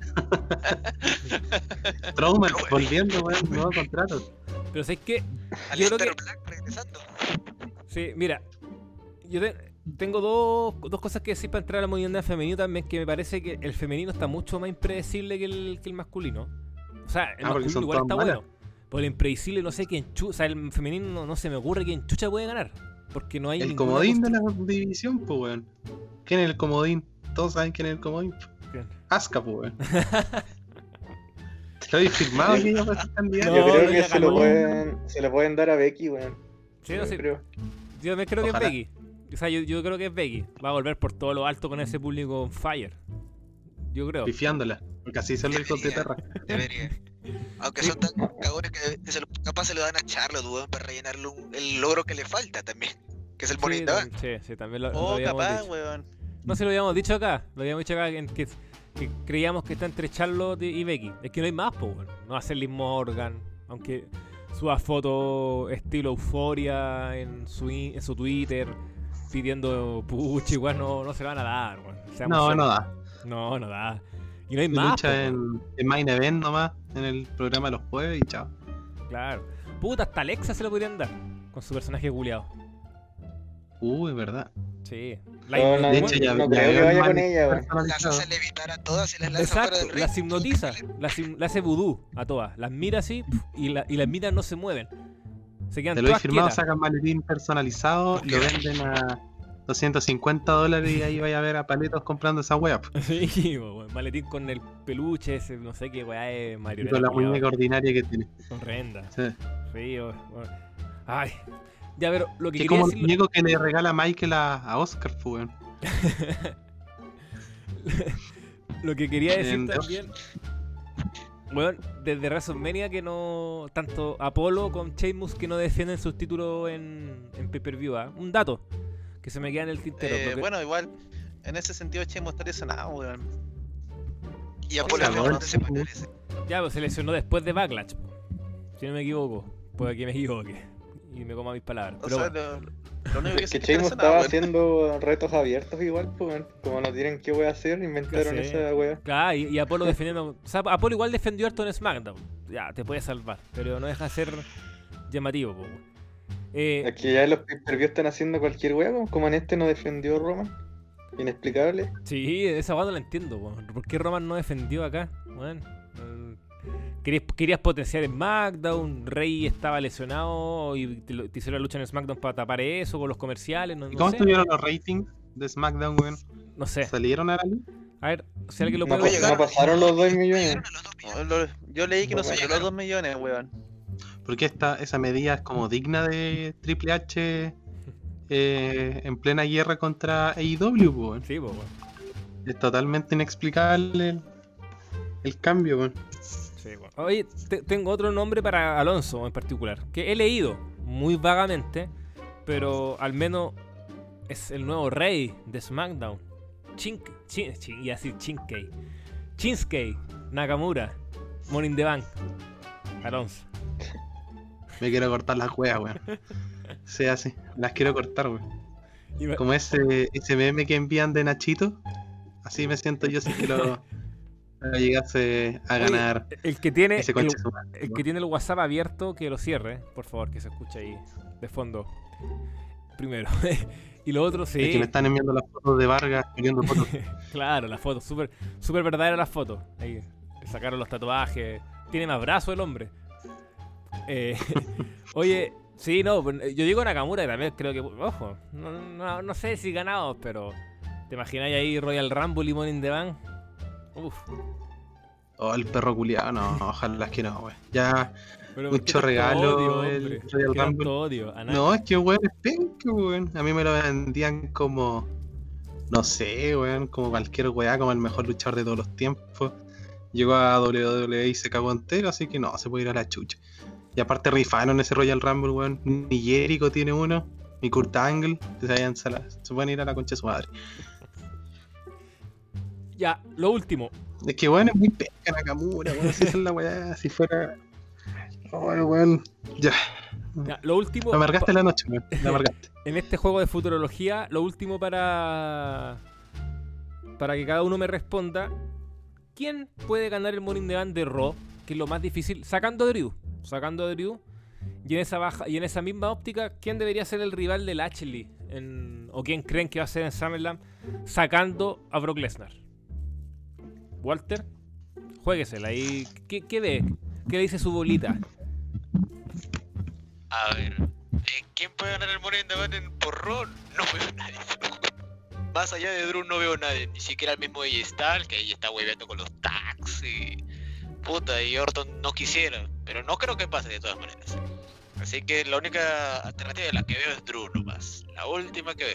Strowman volviendo, weón. Nuevo contrato. Pero ¿sabes qué? Yo creo Aleister que... Black regresando. Sí, mira, yo tengo dos cosas que decir para entrar a la movida femenino también, que me parece que el femenino está mucho más impredecible que el masculino. O sea, el porque masculino son igual todas está malas. bueno. Por el impredecible no sé quién chucha, o sea, el femenino no se me ocurre quién chucha puede ganar. Porque no hay El ninguna comodín de constru- la división, pues, weón. ¿Quién es el comodín? Todos saben quién es el comodín. ¿Quién? Asuka, pues, weón. Te lo habéis firmado que ella va a ser candidata. No, Yo creo no, que ya se lo ganó. pueden dar a Becky, weón. Sí, no Yo sé, creo. yo me creo Ojalá. que es Becky. O sea, yo creo que es Becky. Va a volver por todo lo alto con ese público on fire. Yo creo. Pifiándola. Porque así son los hijos de Terra. Debería. Aunque son tan cagones que capaz se lo dan a Charlotte, weón, para rellenarle el logro que le falta también. Que es el Money in the Bank. Sí, también lo Oh, habíamos capaz, dicho. weón. No se lo habíamos dicho acá. Lo habíamos dicho acá que creíamos que está entre Charlotte y Becky. Es que no hay más, po, weón. No va a ser Liv Morgan. Aunque suba foto estilo euforia en su Twitter pidiendo puch, igual no se van a dar, weón. Seamos No, serios. no da. No da. Y no hay más, po, Lucha weón. en Main Event nomás, en el programa de los jueves y chao. Claro. Puta, hasta Alexa se lo podrían dar con su personaje culiado. Es verdad. Sí. No, De hecho, ya no ya creo que veo el vaya man con ella, weón. Las personalizado. hace levitar a todas y las lanza fuera Exacto, del ring. las hipnotiza, las hace vudú a todas. Las mira así y las miras no se mueven. Se quedan Te lo he todas firmado, quietas. sacan maletín personalizado, lo venden a $250 y ahí vaya a ver a paletos comprando esa wea. po. Sí, po, weón. Maletín con el peluche, ese, no sé qué weá es, Y marioneta. con la culiao. muñeca ordinaria que tiene. Horrenda. Sí. Sí, weón. Ay. Ya, pero lo que Que quería como el decir. muñeco que le regala Michael a Oscar, pues, weón. Lo que quería decir En- también. Bueno, desde WrestleMania que no. Tanto Apolo con Sheamus que no defienden sus títulos en pay-per-view. ¿Ah? Un dato que se me queda en el tintero. lo que- Bueno, igual, en ese sentido, Chemo está lesionado, weón. Y Apolo Esa está bola. no se parece. Ya, pues se lesionó después de Backlash. Si no me equivoco. Puede que me equivoque. Y me coma mis palabras. O Pero sea, bueno. lo único que Es sé que es que está Sheamus lesionado, estaba weón. haciendo retos abiertos igual, pues, weón. Como no tienen qué wea hacer, inventaron Sí. esa wea. Claro, y Apolo defendiendo. O sea, Apolo igual defendió harto en SmackDown. Ya, te puede salvar. Pero no deja de ser llamativo, po. Es que ya en los pay-per-view están haciendo cualquier wea, pues, como en este no defendió Roman. Inexplicable. Sí, esa guada no la entiendo, po. ¿Por qué Roman no defendió acá? Bueno, querías potenciar en SmackDown, Rey estaba lesionado y te hicieron la lucha en SmackDown para tapar eso con los comerciales, no, ¿Y no cómo sé. estuvieron los ratings de SmackDown, weón? No sé. ¿Salieron a la luz? A ver, si alguien lo No, puede llegaron- no pasaron los 2 millones. Llegaron a los 2 millones. Yo leí que no No, superó los 2 millones, weón. Porque esa medida es como digna de Triple H en plena guerra contra AEW, pues, weón. Sí, po, weón. Es totalmente inexplicable el cambio, weón. Sí, bueno. Oye, tengo otro nombre para Alonso en particular, que he leído muy vagamente, pero al menos es el nuevo rey de SmackDown. Shinsuke Nakamura, Money in the Bank. Alonso. Me quiero cortar las weas, weón. Sí, así. Las quiero cortar, weón. Como ese meme que envían de Nachito. Así me siento yo si es que lo llegase a ganar. Oye, el que tiene ese conche su madre, el que tiene el WhatsApp abierto, que lo cierre, por favor, que se escuche ahí de fondo. Primero. Y lo otro, sí. Es que me están enviando las fotos de Vargas pidiendo fotos. Claro, las fotos, súper verdadera las fotos. Ahí le sacaron los tatuajes. Tiene más brazos el hombre. Oye, sí, no, yo digo Nakamura y también creo que, ojo, no sé si ganamos, pero ¿te imagináis ahí Royal Rumble y Money in the Bank? Uf. Oh, el perro culiado, no, ojalá que no, wey. Ya, Pero mucho regalo odio, el hombre? Royal ¿Qué tanto Rumble. odio? A nadie. No, es que weón es penca, weón. A mí me lo vendían como, no sé, weón, como cualquier weá, como el mejor luchador de todos los tiempos. Llegó a WWE y se cagó entero, así que no, se puede ir a la chucha. Y aparte rifaron ese Royal Rumble, weón. Ni Jericho tiene uno, ni Kurt Angle, se pueden ir a la concha de su madre. Ya, lo último. Es que weón es muy penca Nakamura, weón, si esa es la weá, si fuera... Oh, weón, ya. Ya, lo último. Me amargaste la noche, weón, me amargaste. En este juego de futurología, lo último para que cada uno me responda. ¿Quién puede ganar el Money in the Bank de Raw? Que es lo más difícil, sacando a Drew. Y en esa misma óptica, ¿quién debería ser el rival de Lashley? ¿O quién creen que va a ser en SummerSlam? Sacando a Brock Lesnar. Walter, juéguesela ahí. ¿Qué ve? ¿Qué dice su bolita? A ver, ¿quién puede ganar el Money in the Bank por Raw? No veo a nadie. Más allá de Drew no veo a nadie, ni siquiera el mismo AJ Styles, que ahí está hueveando con los tags y... Puta, y Orton no quisiera, pero no creo que pase de todas maneras. Así que la única alternativa de la que veo es Drew nomás, la última que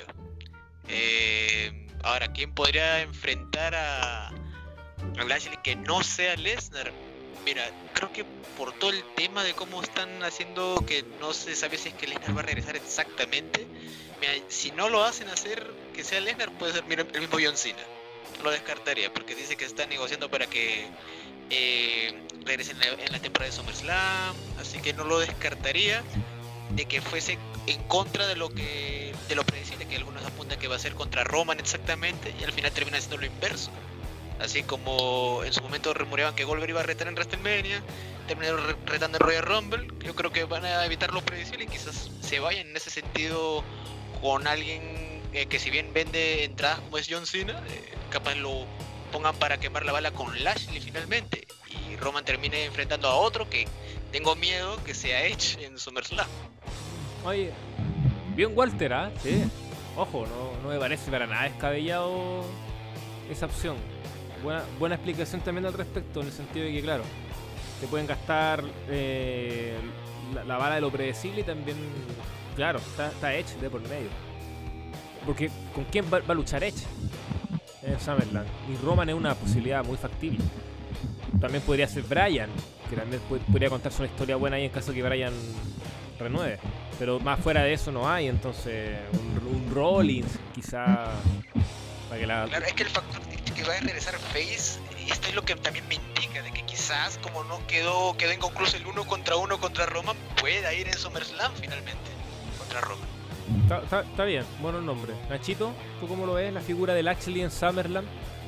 veo. Ahora, ¿quién podría enfrentar a Lashley que no sea Lesnar? Mira, creo que por todo el tema de cómo están haciendo que no se sabe si es que Lesnar va a regresar exactamente. Mira, si no lo hacen hacer que sea Lesnar, puede ser mira, el mismo John Cena. No lo descartaría, porque dice que está negociando para que regresen en la temporada de SummerSlam, así que no lo descartaría de que fuese en contra de lo predecible, que algunos apuntan que va a ser contra Roman exactamente, y al final termina siendo lo inverso. Así como en su momento rumoreaban que Goldberg iba a retar en WrestleMania, terminaron retando en Royal Rumble. Yo creo que van a evitar lo predecible y quizás se vayan en ese sentido con alguien que si bien vende entradas como es John Cena, capaz lo pongan para quemar la bala con Lashley finalmente y Roman termine enfrentando a otro que tengo miedo que sea Edge en SummerSlam. Oye, bien Walter, ¿ah? Sí. Ojo, no me parece para nada descabellado esa opción. Buena explicación también al respecto, en el sentido de que, claro, te pueden gastar la bala de lo predecible y también, claro, está Edge de por medio. Porque, ¿con quién va a luchar Edge en SummerSlam? Y Roman es una posibilidad muy factible. También podría ser Bryan, que también podría contarse una historia buena ahí en caso de que Bryan renueve. Pero más fuera de eso no hay, entonces un Rollins quizá para que la... Claro, es que el factor que va a regresar Face, y esto es lo que también me indica, de que quizás como no quedó inconcluso el 1 contra Roman, pueda ir en SummerSlam finalmente contra Roman. Está bien, bueno el nombre. Nachito, ¿tú cómo lo ves? La figura de Lashley en SummerSlam.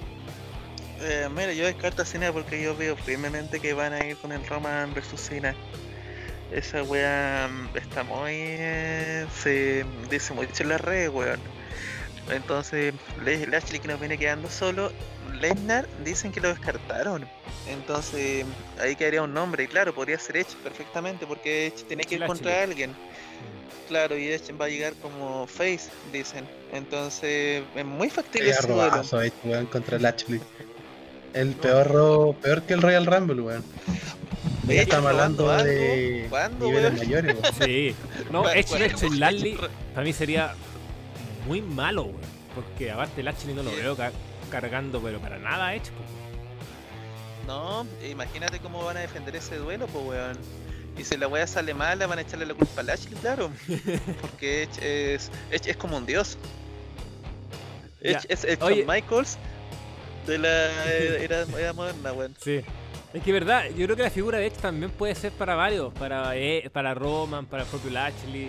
Mira, yo descarto a Cena porque yo veo firmemente que van a ir con el Roman vs Cena. Esa wea está muy... se dice mucho en las redes, weón. Entonces, Lashley que nos viene quedando solo. Lesnar dicen que lo descartaron. Entonces, ahí quedaría un nombre. Y claro, podría ser Edge perfectamente porque Edge tiene que ir contra alguien. Claro, y Edge va a llegar como face, dicen. Entonces, es muy factible ese duelo. Edge, weón, contra Lashley. El peor que el Royal Rumble, weón. Ya estamos hablando de niveles mayores, weón. Sí. No, Edge y Lashley para mí sería muy malo, weón. Porque aparte Lashley no lo veo cargando, pero para nada Edge. No, imagínate cómo van a defender ese duelo, pues weón. Y si la wea sale mala, van a echarle la culpa a Lashley, claro. Porque es como un dios. Ya. Es el Oye. Shawn Michaels de la era moderna, weón. Sí. Es que verdad, yo creo que la figura de Edge también puede ser para varios, para Roman, para el propio Lashley.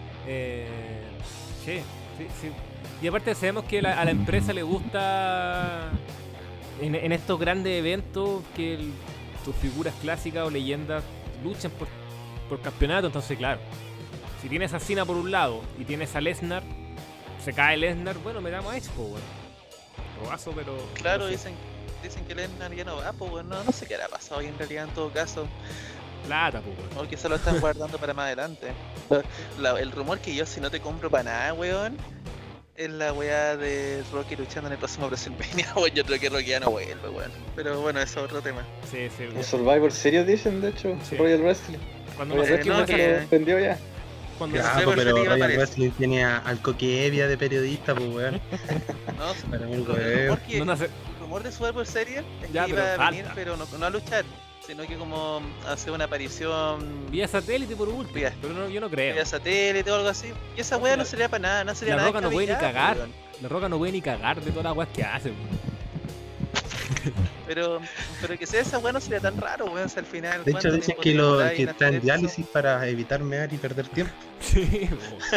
Sí. Y aparte sabemos que a la empresa le gusta en estos grandes eventos que tus figuras clásicas o leyendas luchen por campeonato. Entonces, claro, si tienes a Cena por un lado y tienes a Lesnar, se cae Lesnar, bueno, me damos a Edge, pues, bueno. Robazo, pero... Claro, no sé. dicen que Lesnar ya no va, pues weón. No sé qué hará pasado ahí en realidad en todo caso. Plata, pues, bueno. O que se lo están guardando para más adelante. El rumor que yo si no te compro para nada, weón, es la weá de Rocky luchando en el próximo WrestleMania, weón. Yo creo que Rocky ya no vuelve, weón. Pero bueno, eso es otro tema. Sí, En Survivor Series dicen, de hecho, Sí. Royal Wrestling. Cuando Royal no sé qué Wrestling más se que- lo vendió ya. cuando Ya, Ah, Survivor pero Series Royal aparece. Wrestling tenía al Coquevia de periodista, pues weón. No, Para mí el el weón. el rumor de Survivor Series es Ya, que pero iba a venir, falta. pero no a luchar, sino que como hacer una aparición vía satélite por último, Vía- pero no, yo no creo. vía satélite o algo así. Y esa No, weá pero no sería para nada, no sería La nada Roca no puede ni descabellado, cagar. weón. La Roca no puede ni cagar de todas las weas que hace, weón. Pero que sea esa weá no sería tan raro, weón, si al final. De hecho, ¿cuánto dicen tiempo que, te demoráis que en está hacer en eso? diálisis para evitar mear y perder tiempo. Sí,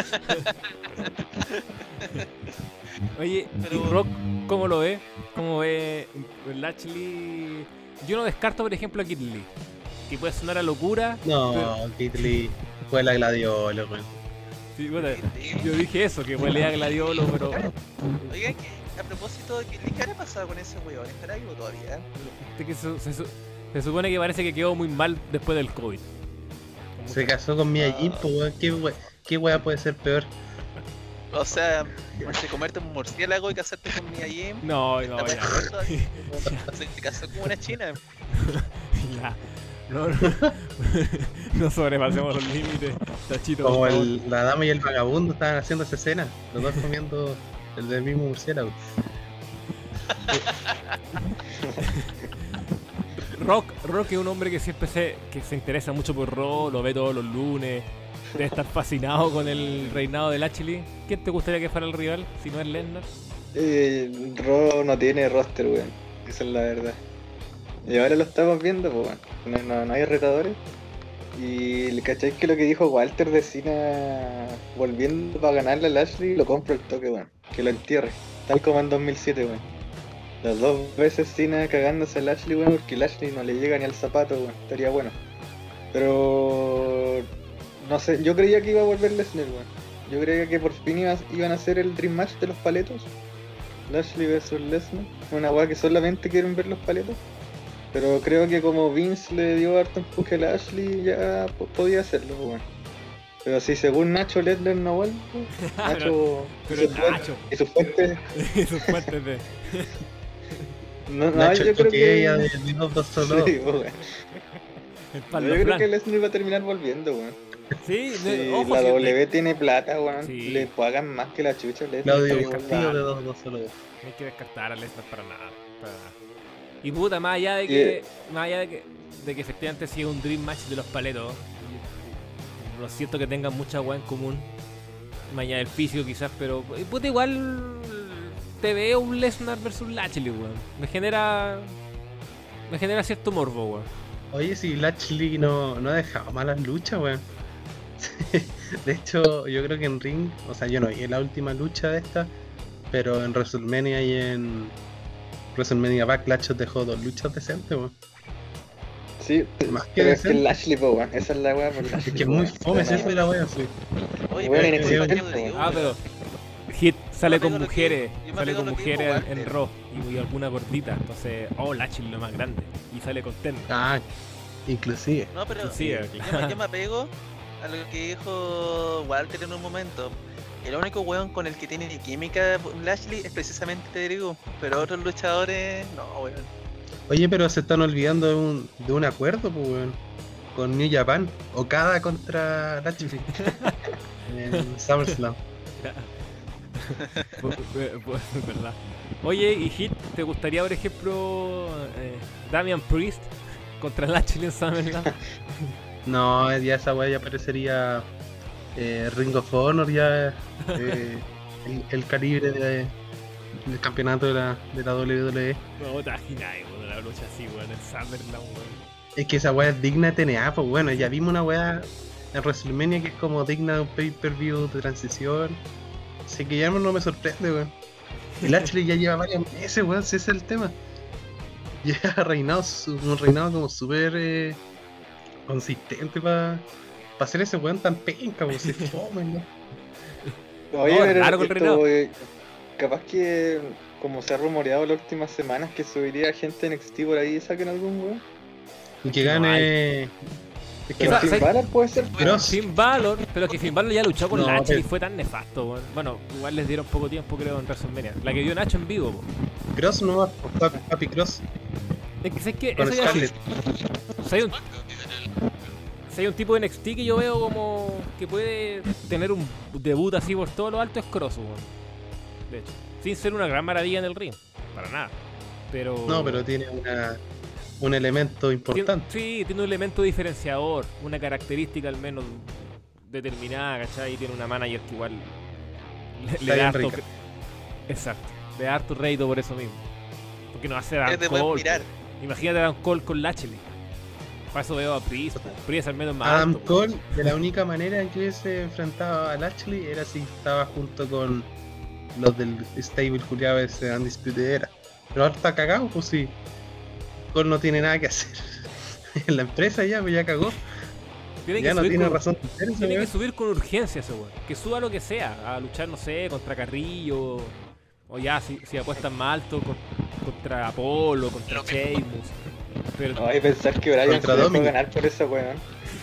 Oye, Pero- ¿y Rock cómo lo ve? ¿Cómo ve Lashley? Yo no descarto, por ejemplo, a Kid Lee. Que puede sonar a locura. No, pero- Kid Lee fue la gladiola, weón. Sí, bueno, Sí. yo dije eso, que huele a gladiolo, pero Oigan, que a propósito de que ¿qué habrá pasado con ese weón? ¿Estará vivo todavía? este que se supone que parece que quedó muy mal después del COVID. Como Se que- casó con Mia Jim, pues weón. ¿Qué weá puede ser peor? O sea, entre comerte un murciélago y casarte con Mia Jim. No, está ya. peor todavía. Se casó con una china. Ya. No, no sobrepasemos los límites, Tachito. Como por favor. la dama y el vagabundo estaban haciendo esa escena, los dos comiendo el del mismo murciélago. Rock es un hombre que siempre que se interesa mucho por Raw, lo ve todos los lunes, debe estar fascinado con el reinado de Lashley. ¿Quién te gustaría que fuera el rival si no es Lesnar? Raw no tiene roster, weón. Esa es la verdad. Y ahora lo estamos viendo, pues bueno. No hay retadores. Y ¿cacháis que lo que dijo Walter de Cena volviendo para ganarle a Lashley? Lo compro el toque, weón. Que lo entierre. Tal como en 2007, weón. Las dos veces Cena cagándose a Lashley, weón, porque Lashley no le llega ni al zapato, weón. Estaría bueno. Pero... no sé, yo creía que iba a volver Lesnar, weón. Yo creía que por fin iban a hacer el Dream Match de los paletos. Lashley vs Lesnar. Una weá que solamente quieren ver los paletos. Pero creo que como Vince le dio harto empuje a Lashley, ya podía hacerlo, weón. Pero si según Nacho Lesnar no vuelve, Nacho... Pero y sus fuentes- Nacho. y sus fuentes... Sus fuentes de. No, Nacho, yo creo que... ella de dos solo. Sí, weón. El Yo Pablo creo Flan. que Lesnar va a terminar volviendo, weón. Sí, Sí, ojo, la sí, W tiene plata, weón. Sí. Le pagan más que la chucha a Lesnar. Claudio Está Castillo bien, de weón. dos solo. no hay que descartar a Lesnar para nada. Y puta, más allá de que. Más allá de que efectivamente siga un Dream Match de los paletos. Lo siento que tengan mucha weá en común. Más allá del físico quizás, pero. Puta, igual. Te veo un Lesnar versus Lashley, weón. Me genera cierto morbo, weón. Oye, si Lashley no ha dejado malas luchas, weón. De hecho, yo creo que en Ring, o sea, yo no vi la última lucha de esta, pero en WrestleMania y en WrestleMania Backlash dejó dos luchas decentes, weón. Sí, Más que pero es que decente. Lashley, po, weón. Esa es la weá por Es Lashley. que es muy weón. fome Está siempre la wea, sí. Oye, Bueno, pero inexistente, yo digo, Ah, weón. pero. Hit sale Yo me con pego lo que- mujeres, yo me sale pego con lo que mujeres dijo en Walter. Raw y alguna gordita, entonces, Lashley lo más grande y sale contento. Ah, inclusive. No, pero Sí, claro. yo me apego a lo que dijo Walter en un momento. El único weón con el que tiene química Lashley es precisamente Drew, pero otros luchadores no, weón. Oye, pero se están olvidando de un acuerdo, pues, weón. Con New Japan. Okada contra Lashley. En SummerSlam. Pues, verdad. Oye, y Hit, ¿te gustaría, por ejemplo, Damian Priest contra Lashley en SummerSlam? No, ya esa weá ya parecería Ring of Honor, ya el calibre del campeonato de la WWE. No, te imaginas, weón, una lucha así, weón, en SummerSlam, weón. Es que esa weá es digna de TNA, pues bueno, ya vimos una weá en WrestleMania que es como digna de un pay-per-view de transición. Así que ya no me sorprende, weón. El Lashley ya lleva varios meses, weón, si ese es el tema. Lleva un reinado como súper consistente para hacer ese weón tan penca, weón, se fome, ¿no? Oye, No, pero largo el reinado. capaz que, como se ha rumoreado las últimas semanas, que subiría gente en NXT por ahí y saquen algún weón. Y que No gane. Es que Pero O sea, Finn ¿sabes? Balor puede ser. Cross. Finn Balor, pero que Finn Balor ya luchó con No, Lashley y pero- fue tan nefasto, weón. Bueno, igual les dieron poco tiempo, creo, en WrestleMania. La que vio Nacho en vivo, po. Cross no va a Papi Cross Es que, ¿sabes qué? con Eso ya Scarlett. O sea, si hay un tipo de NXT que yo veo como que puede tener un debut así por todo lo alto, es Cross, weón. De hecho, sin ser una gran maravilla en el ring, para nada. Pero No, pero tiene un elemento importante. Sí, tiene un elemento diferenciador, una característica al menos determinada, ¿cachai? Y tiene una manager que igual le Está da bien harto... rica. Exacto, le da harto rédito por eso mismo. Porque no hace Adam Es de buen Cole. mirar. po. Imagínate a Adam Cole con Lashley. Para eso veo a Priest. po. Priest al menos más Adam alto. po. Cole, de la única manera en que hubiese enfrentado a Lashley era si estaba junto con los del stable culiado ese Undisputed Era. Pero ahora está cagado, pues sí. Cole no tiene nada que hacer. En la empresa ya, pues ya cagó. Tiene Ya que no subir tiene con- razón de ser ese Tiene que weón. subir con urgencia ese weón. Que suba lo que sea. A luchar, no sé, contra Carrillo. O ya, si apuestan más alto, contra Apolo, contra Sheamus. Pero, No, hay que pensar que Brian Contra se dejó Dominic. ganar por esa weón.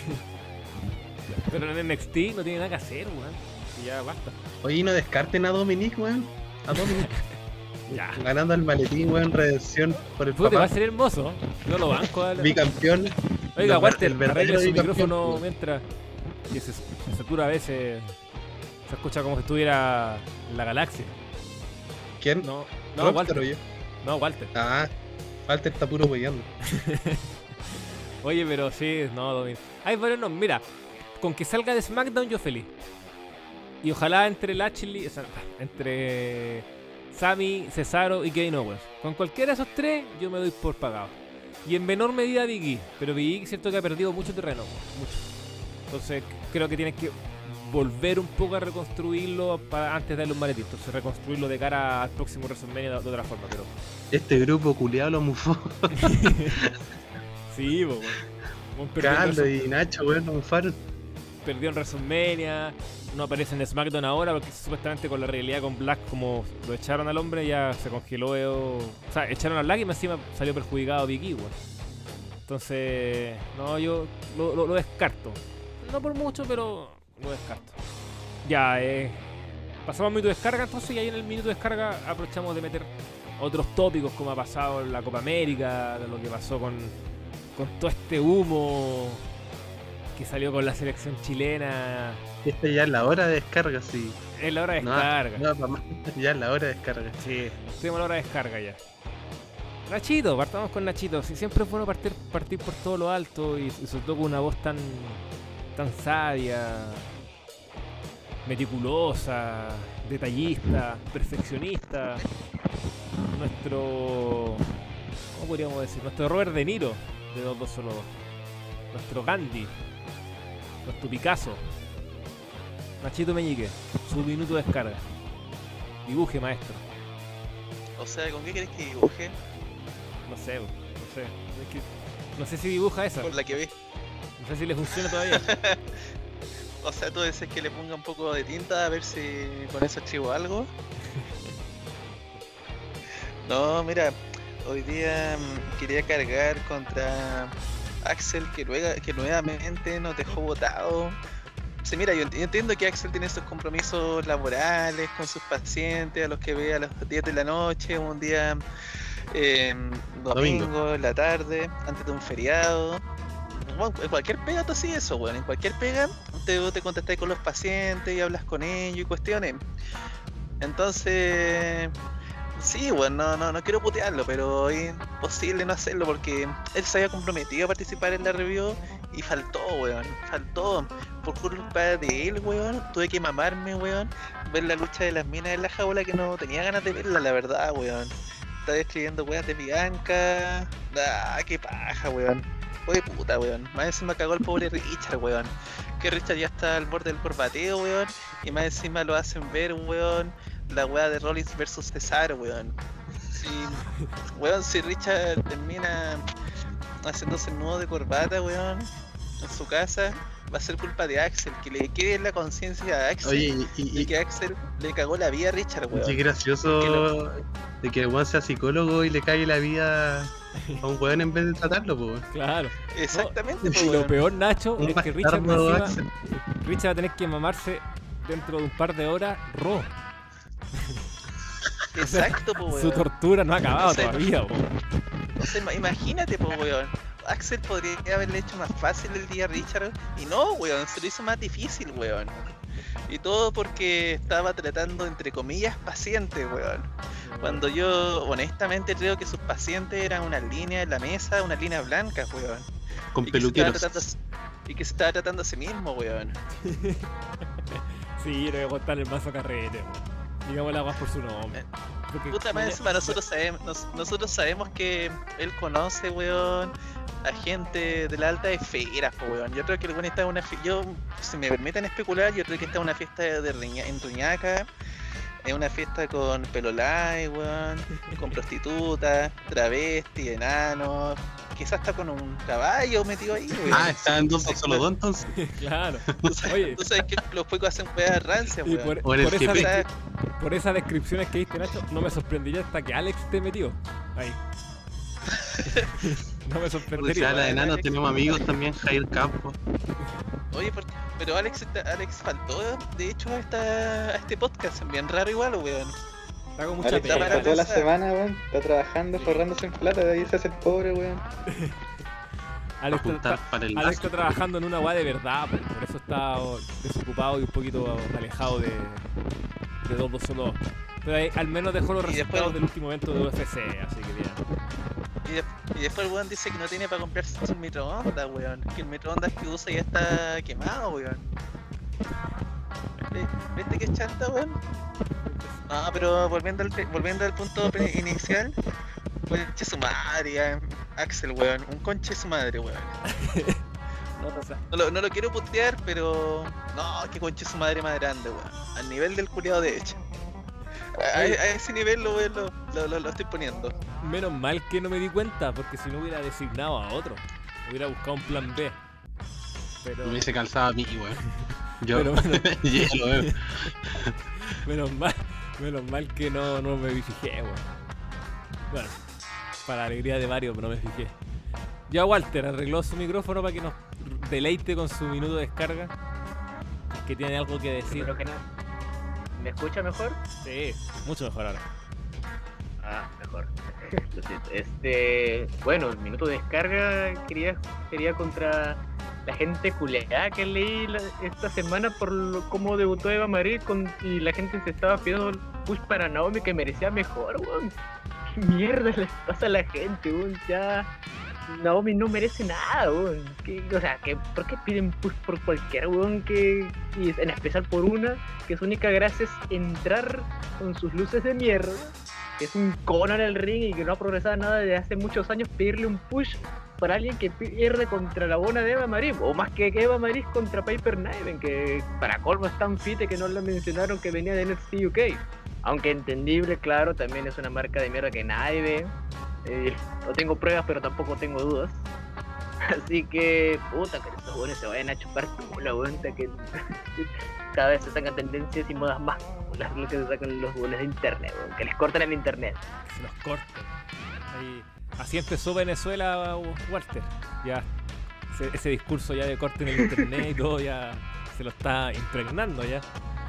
pero en NXT no tiene nada que hacer, weón. Y ya basta. Oye, no descarten a Dominic, weón. A Dominic. Ya. Ganando al maletín, weón, redención por el Puta, va a papá. ser hermoso. Yo lo banco. Dale. Bicampeón. Oiga, No, Walter, el verdadero arregle su bicampeón, micrófono weón. mientras. Que se satura a veces. Se escucha como si estuviera en la galaxia. ¿Quién? No, no, Rockstar Walter. o yo. No, Walter. Ah, Walter está puro weyando. Oye, pero sí, no, Domin. Hay varios nombres. Mira, con que salga de SmackDown yo feliz. Y ojalá entre Lashley, o sea, entre Sami, Cesaro y Kevin Owens. Con cualquiera de esos tres yo me doy por pagado. Y en menor medida Big E. Pero Big E es cierto que ha perdido mucho terreno. Mucho. Entonces creo que tienes que volver un poco a reconstruirlo antes de darle un maletín. Entonces reconstruirlo de cara al próximo WrestleMania de otra forma. Pero Este grupo culiado lo mufó. sí, po, weón. Weón, perdió en Carlos y Nacho, weón, lo mufaron. perdió en WrestleMania, no aparece en SmackDown ahora porque supuestamente con la realidad con Black, como lo echaron al hombre, ya se congeló. O sea, echaron a Black y más encima salió perjudicado Big E, weón. Entonces, no, yo lo descarto. No por mucho, pero lo descarto. Ya, pasamos al minuto de descarga entonces, y ahí en el minuto de descarga aprovechamos de meter otros tópicos como ha pasado en la Copa América, de lo que pasó con todo este humo que salió con la selección chilena. Esta ya es la hora de descarga, sí. Es la hora de No, descarga. no, pa' más. Ya es la hora de descarga. Sí, tenemos la hora de descarga ya. Nachito, partamos con Nachito. Sí, siempre es bueno partir por todo lo alto y sobre todo con una voz tan sabia, meticulosa, detallista, perfeccionista. Nuestro... ¿Cómo podríamos decir? Nuestro Robert De Niro de 2212. Nuestro Gandhi. Nuestro Picasso. Nachito Meñique, su minuto de descarga. Dibuje, maestro. O sea, ¿con qué querés que dibuje? No sé, no sé. Es que no sé si dibuja esa. Con la que ves. No sé si le funciona todavía. O sea, tú dices que le ponga un poco de tinta a ver si con eso archivo algo. No, mira, hoy día quería cargar contra Axel que nuevamente nos dejó botado. Sí, mira, yo entiendo que Axel tiene sus compromisos laborales con sus pacientes, a los que ve a las 10 de la noche, un día domingo, en la tarde, antes de un feriado. Bueno, en cualquier pega tú así eso, bueno, en cualquier pega te contactas con los pacientes y hablas con ellos y cuestiones. Entonces, Sí, weón, no quiero putearlo, pero es imposible no hacerlo porque él se había comprometido a participar en la review y faltó, weón. Faltó. Por culpa de él, weón. Tuve que mamarme, weón. Ver la lucha de las minas en la jaula que no tenía ganas de verla, la verdad, weón. Estaba escribiendo weas de Bianca. Ah, qué paja, weón. Fue puta, weón. Más encima cagó el pobre Richard, weón. Que Richard ya está al borde del corbateo, weón. Y más encima lo hacen ver, weón. La wea de Rollins versus Cesaro, weón. Si Richard termina haciéndose el nudo de corbata, weón, en su casa, va a ser culpa de Axel, que le quede en la conciencia a Axel. Oye, y que Axel le cagó la vida a Richard, weón. Qué gracioso de que el weón sea psicólogo y le cague la vida a un weón en vez de tratarlo, pues. Claro. Exactamente, Y pues, lo weón. peor, Nacho, Un es que Richard, bastardo, encima, Axel. Richard va a tener que mamarse dentro de un par de horas Raw. Exacto, pues, weón. Su tortura no ha acabado Entonces, todavía, weón. Entonces, imagínate, pues, weón. Axel podría haberle hecho más fácil el día a Richard y no, weón, se lo hizo más difícil, weón. Y todo porque estaba tratando, entre comillas, pacientes, weón. Cuando yo, honestamente, creo que sus pacientes eran unas líneas en la mesa, unas líneas blancas, weón. Con Y que se estaba peluqueros. y que se estaba tratando a sí mismo, weón. Sí, le voy a contar el mazo carrete, weón. Digamos las cosas por su nombre. Porque Puta madre, encima nosotros sabemos que él conoce, weón, a gente de la alta esfera, po, weón. Yo creo que el weón está en una yo, si me permiten especular, yo creo que está en una fiesta en Ruñaca, en una fiesta con pelolay, weón, con prostitutas, travesti, enanos, quizás está con un caballo metido ahí, weón. Ah, está en dos solo dos entonces. claro. Oye, tú sabes que los juegos hacen weas rancias, Y weón. O en el esa GP. por esas descripciones que diste, Nacho, no me sorprendería hasta que Alex te metió ahí. No me Porque si sorprendería. habla de enanos, tenemos amigos también, Jair Campos. Oye, pero Alex faltó, de hecho, a este podcast, bien raro igual, weón. Está con mucha Alex pega. está pega. toda la pensar. semana, weón. Está trabajando, forrándose en plata, de ahí se hace el pobre, weón. Alex Para juntar para el Alex lazo. está trabajando en una weá de verdad, por eso está desocupado y un poquito alejado de 2-2-2. Pero ahí, al menos dejó los Y después- resultados del último evento de UFC, así que bien. Y después el weón dice que no tiene para comprarse un microondas, weón. Que el microondas que usa ya está quemado, weón. ¿Viste que chanta, weón? No, pero volviendo al punto inicial, conche su madre, ya, Axel, weón. Un conche su madre, weón. No lo quiero putear, pero. No, que conche su madre más grande, weón. Al nivel del culiado de hecho. A ese nivel lo estoy poniendo. Menos mal que no me di cuenta, porque si no hubiera designado a otro. Hubiera buscado un plan B. Pero Me hubiese calzado a mí, weón. Yo, Pero bueno. yo ya lo veo. menos mal que no me fijé, weón. Bueno, para alegría de Mario, pero no me fijé. Ya Walter arregló su micrófono para que nos deleite con su minuto de descarga. Que tiene algo que decir. Creo que no. ¿Me escucha mejor? Sí, mucho mejor ahora. Ah, mejor. Lo siento. Bueno, el minuto de descarga quería contra la gente culeada que leí esta semana por cómo debutó Eva Marie y la gente se estaba pidiendo el push para Naomi que merecía mejor, weón. ¿Qué mierda les pasa a la gente, weón? Ya Naomi no merece nada, weón. ¿Por qué piden push por cualquier weón y en especial por una que su única gracia es entrar con sus luces de mierda, que es un cono en el ring y que no ha progresado nada desde hace muchos años, pedirle un push para alguien que pierde contra la bona de Eva Marie, o más que Eva Marie contra Piper Niven, que para colmo es tan fite que no le mencionaron que venía de NXT UK. Aunque entendible, claro, también es una marca de mierda que nadie ve. No tengo pruebas, pero tampoco tengo dudas. Así que, puta, que estos buenos se vayan a chupar culo, weón, que cada vez se sacan tendencias y modas más las que se sacan los buenos de internet, weón, que les cortan el internet. Que se los corten. Ahí, así empezó Venezuela, Walter. Ya ese discurso ya de corte en el internet y todo ya se lo está impregnando ya.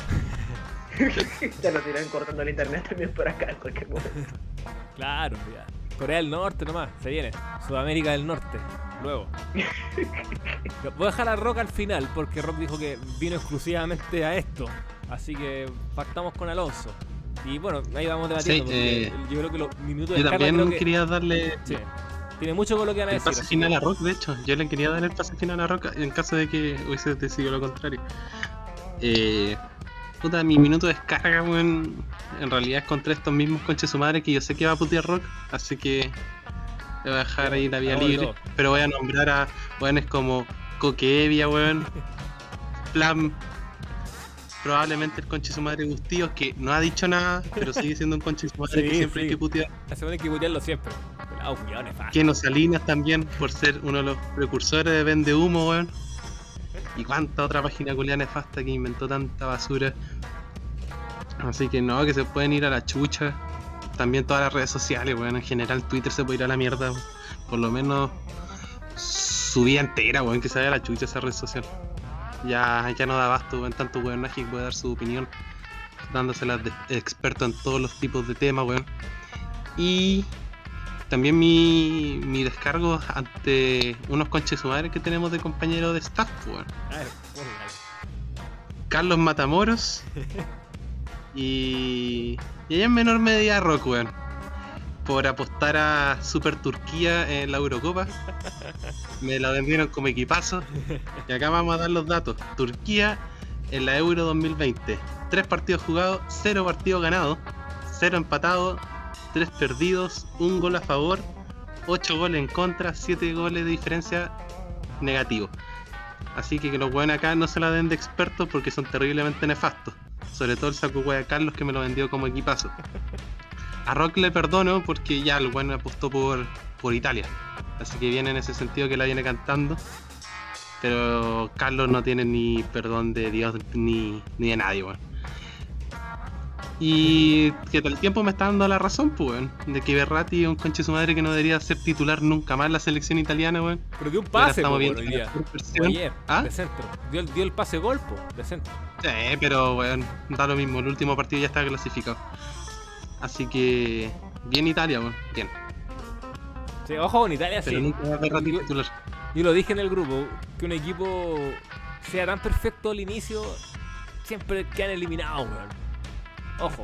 Ya lo tiran cortando el internet también por acá en cualquier momento. Claro, ya. Corea del Norte nomás, se viene. Sudamérica del Norte, luego. Voy a dejar a Rock al final, porque Rock dijo que vino exclusivamente a esto. Así que pactamos con Alonso. Y bueno, ahí vamos debatiendo. Sí, porque yo creo que los minutos de Yo descarga también creo que, quería darle sí, tiene mucho con lo que van a el decir. pase final a Rock, de hecho. Yo le quería dar el pase final a Rock en caso de que hubiese decidido lo contrario. Puta, mi minuto de descarga, weón, en realidad es contra estos mismos conches su madre que yo sé que va a putear Rock, así que le voy a dejar ahí la vía Hagamos libre. todo. Pero voy a nombrar a weones como Coquevia, weón, Plan, probablemente el conche su madre Gustíos, que no ha dicho nada, pero sigue siendo un conche su madre Sí, que siempre sí. hay que putear. Se van a que putearlo siempre. Pelado, culiao, nefasto. Keno Salinas también, por ser uno de los precursores de Vende Humo, weón. Y cuánta otra página culiada nefasta que inventó tanta basura. Así que no, que se pueden ir a la chucha. También todas las redes sociales, weón. En general Twitter se puede ir a la mierda, weón. Por lo menos su vida entera, weón, que se vaya a la chucha esa red social. Ya no da abasto, weón, tanto weón que puede dar su opinión, dándoselas de experto en todos los tipos de temas, weón. Y también mi descargo ante unos conches su madre que tenemos de compañeros de staff, weón. A ver, póngale. Carlos Matamoros y ella en menor medida Rock, weón, por apostar a Super Turquía en la Eurocopa. Me la vendieron como equipazo. Y acá vamos a dar los datos. Turquía en la Euro 2020: 3 partidos jugados, 0 partidos ganados, 0 empatados, 3 perdidos, 1 gol a favor, 8 goles en contra, 7 goles de diferencia negativo. Así que los weones acá no se la den de expertos porque son terriblemente nefastos. Sobre todo el saco wea Carlos, que me lo vendió como equipazo. A Rock le perdono porque ya el weón apostó por Italia. Así que viene en ese sentido que la viene cantando. Pero Carlos no tiene ni perdón de Dios ni de nadie, weón. Y que todo el tiempo me está dando la razón, pues, weón, de que Berratti es un conche su madre que no debería ser titular nunca más en la selección italiana, weón. Pero dio un Y ahora pase, estamos po, viendo hoy la día. mejor O versión. ayer, ¿Ah? de centro. Dio el pase gol, po, de centro. Sí, pero weón, da lo mismo, el último partido ya está clasificado. Así que bien Italia, weón, bien. Sí, ojo con Italia, Pero sí. nunca va a Berratti titular. Yo lo dije en el grupo, que un equipo sea tan perfecto al inicio, siempre quedan eliminados, weón. Ojo.